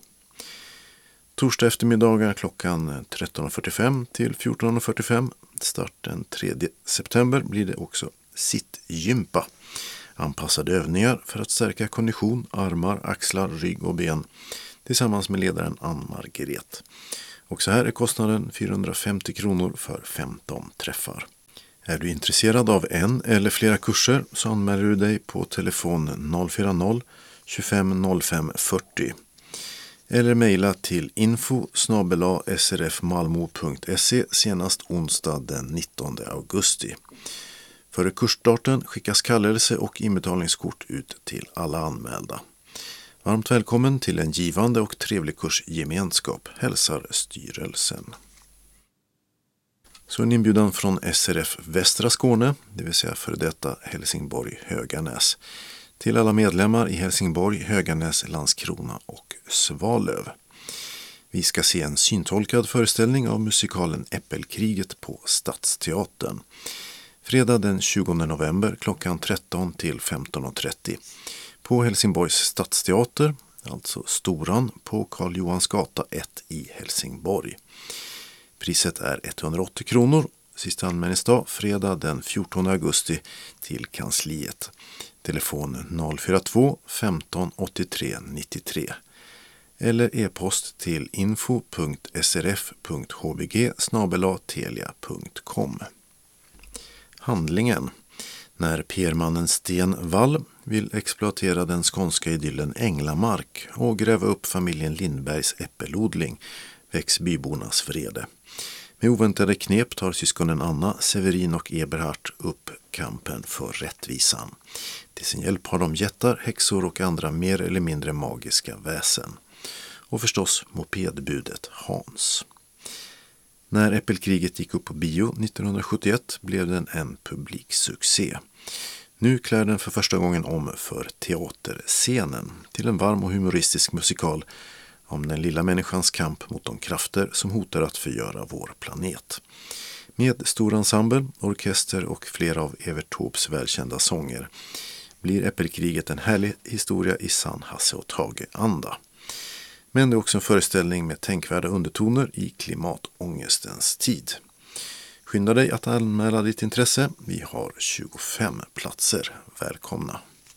[SPEAKER 1] Torsdag eftermiddagar klockan tretton fyrtiofem till fjorton fyrtiofem, start den tredje september, blir det också sittgympa. Anpassade övningar för att stärka kondition, armar, axlar, rygg och ben tillsammans med ledaren Ann-Margret. Och så här är kostnaden fyrahundrafemtio kronor för femton träffar. Är du intresserad av en eller flera kurser så anmäler du dig på telefon noll fyra noll tjugofem noll fem fyrtio eller mejla till info snabel-a srfmalmo punkt se senast onsdag den nittonde augusti. Före kursstarten skickas kallelse och inbetalningskort ut till alla anmälda. Varmt välkommen till en givande och trevlig kursgemenskap, hälsar styrelsen. Så en inbjudan från S R F Västra Skåne, det vill säga för detta Helsingborg Höganäs, till alla medlemmar i Helsingborg, Höganäs, Landskrona och Svalöv. Vi ska se en syntolkad föreställning av musikalen Äppelkriget på Stadsteatern. Fredag den tjugonde november klockan tretton till femton trettio på Helsingborgs stadsteater, alltså Storan på Karl Johans gata ett i Helsingborg. Priset är etthundraåttio kronor. Sista anmälningsdag fredag den fjortonde augusti till kansliet. Telefon noll fyra två femton åttiotre nittiotre eller e-post till info punkt srf punkt hbg snabel-a telia punkt com. Handlingen. När Piermannen Sten Wall vill exploatera den skånska idyllen Änglamark och gräva upp familjen Lindbergs äppelodling väcks bybornas vrede. Med oväntade knep tar syskonen Anna, Severin och Eberhard upp kampen för rättvisan. Till sin hjälp har de jättar, häxor och andra mer eller mindre magiska väsen. och förstås mopedbudet Hans. När Äppelkriget gick upp på bio nittonhundrasjuttioett blev den en publiksuccé. Nu klär den för första gången om för teaterscenen till en varm och humoristisk musikal om den lilla människans kamp mot de krafter som hotar att förgöra vår planet. Med stor ensemble, orkester och flera av Evert Taubes välkända sånger blir Äppelkriget en härlig historia i sann Hasse och Tage-anda. Men det är också en föreställning med tänkvärda undertoner i klimatångestens tid. Skynda dig att anmäla ditt intresse. Vi har tjugofem platser. Välkomna!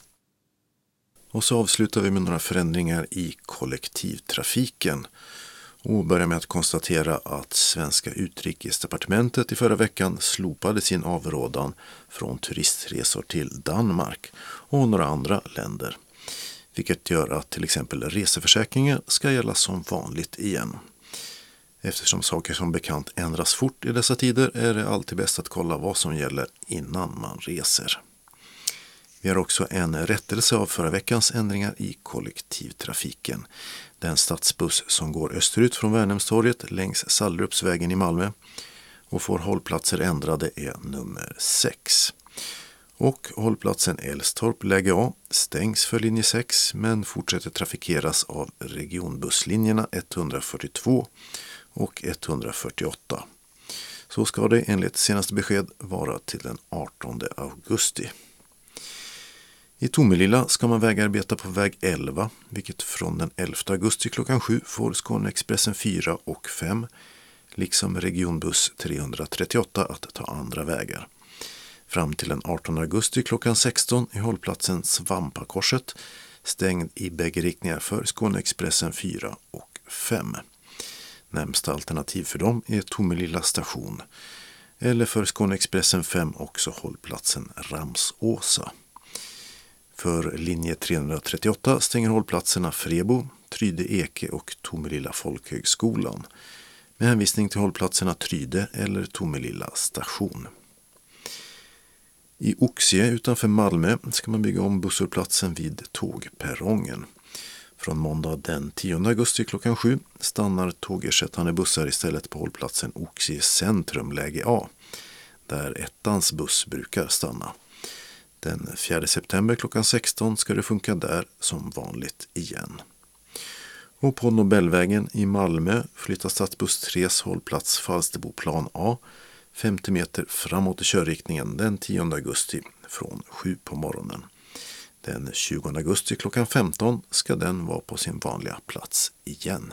[SPEAKER 1] Och så avslutar vi med några förändringar i kollektivtrafiken. Och börjar med att konstatera att Svenska utrikesdepartementet i förra veckan slopade sin avrådan från turistresor till Danmark och några andra länder. Vilket gör att till exempel reseförsäkringar ska gälla som vanligt igen. Eftersom saker som bekant ändras fort i dessa tider är det alltid bäst att kolla vad som gäller innan man reser. Vi har också en rättelse av förra veckans ändringar i kollektivtrafiken. Den stadsbuss som går österut från Värnhemstorget längs Sallerupsvägen i Malmö och får hållplatser ändrade är nummer sex. Och hållplatsen Älvstorp läge A stängs för linje sex men fortsätter trafikeras av regionbusslinjerna etthundrafyrtiotvå och etthundrafyrtioåtta. Så ska det enligt senaste besked vara till den artonde augusti. I Tomelilla ska man vägarbeta på väg elva, vilket från den elfte augusti klockan sju får Skåneexpressen fyra och fem, liksom regionbuss trehundratrettioåtta att ta andra vägar. Fram till den artonde augusti klockan sexton är hållplatsen Svampakorset stängd i bägge riktningar för Skåneexpressen fyra och fem. Närmsta alternativ för dem är Tomelilla station, eller för Skåneexpressen fem också hållplatsen Ramsåsa. För linje trehundratrettioåtta stänger hållplatserna Frebo, Tryde Eke och Tomelilla folkhögskolan med hänvisning till hållplatserna Tryde eller Tomelilla station. I Oxie utanför Malmö ska man bygga om busshållplatsen vid tågperrongen. Från måndag den tionde augusti klockan sju stannar tågersättande bussar istället på hållplatsen Oxie centrum läge A, där ettans buss brukar stanna. Den fjärde september klockan sexton ska det funka där som vanligt igen. Och på Nobelvägen i Malmö flyttar stadsbuss tres hållplats Falsterboplan A femtio meter framåt i körriktningen den tionde augusti från sju på morgonen. Den tjugonde augusti klockan femton ska den vara på sin vanliga plats igen.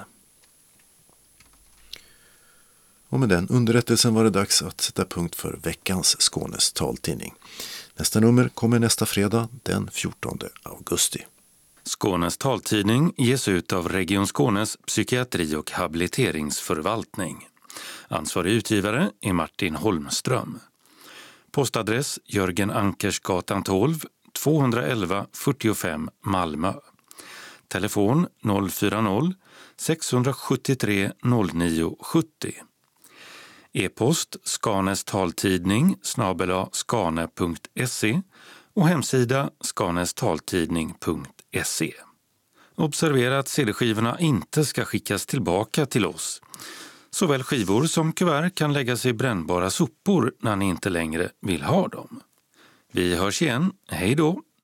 [SPEAKER 1] Och med den underrättelsen var det dags att sätta punkt för veckans Skånes taltidning. Nästa nummer kommer nästa fredag den fjortonde augusti.
[SPEAKER 14] Skånes taltidning ges ut av Region Skånes psykiatri- och habiliteringsförvaltning. Ansvarig utgivare är Martin Holmström. Postadress Jörgen Ankersgatan tolv, tvåhundraelva fyrtiofem Malmö. Telefon noll fyra noll, sex sju tre, noll nio sju noll. E-post Skanes taltidning snabel-a skane punkt se och hemsida skanestaltidning punkt se. Observera att C D-skivorna inte ska skickas tillbaka till oss. Såväl skivor som kuvert kan läggas i brännbara sopor när ni inte längre vill ha dem. Vi hörs igen. Hej då!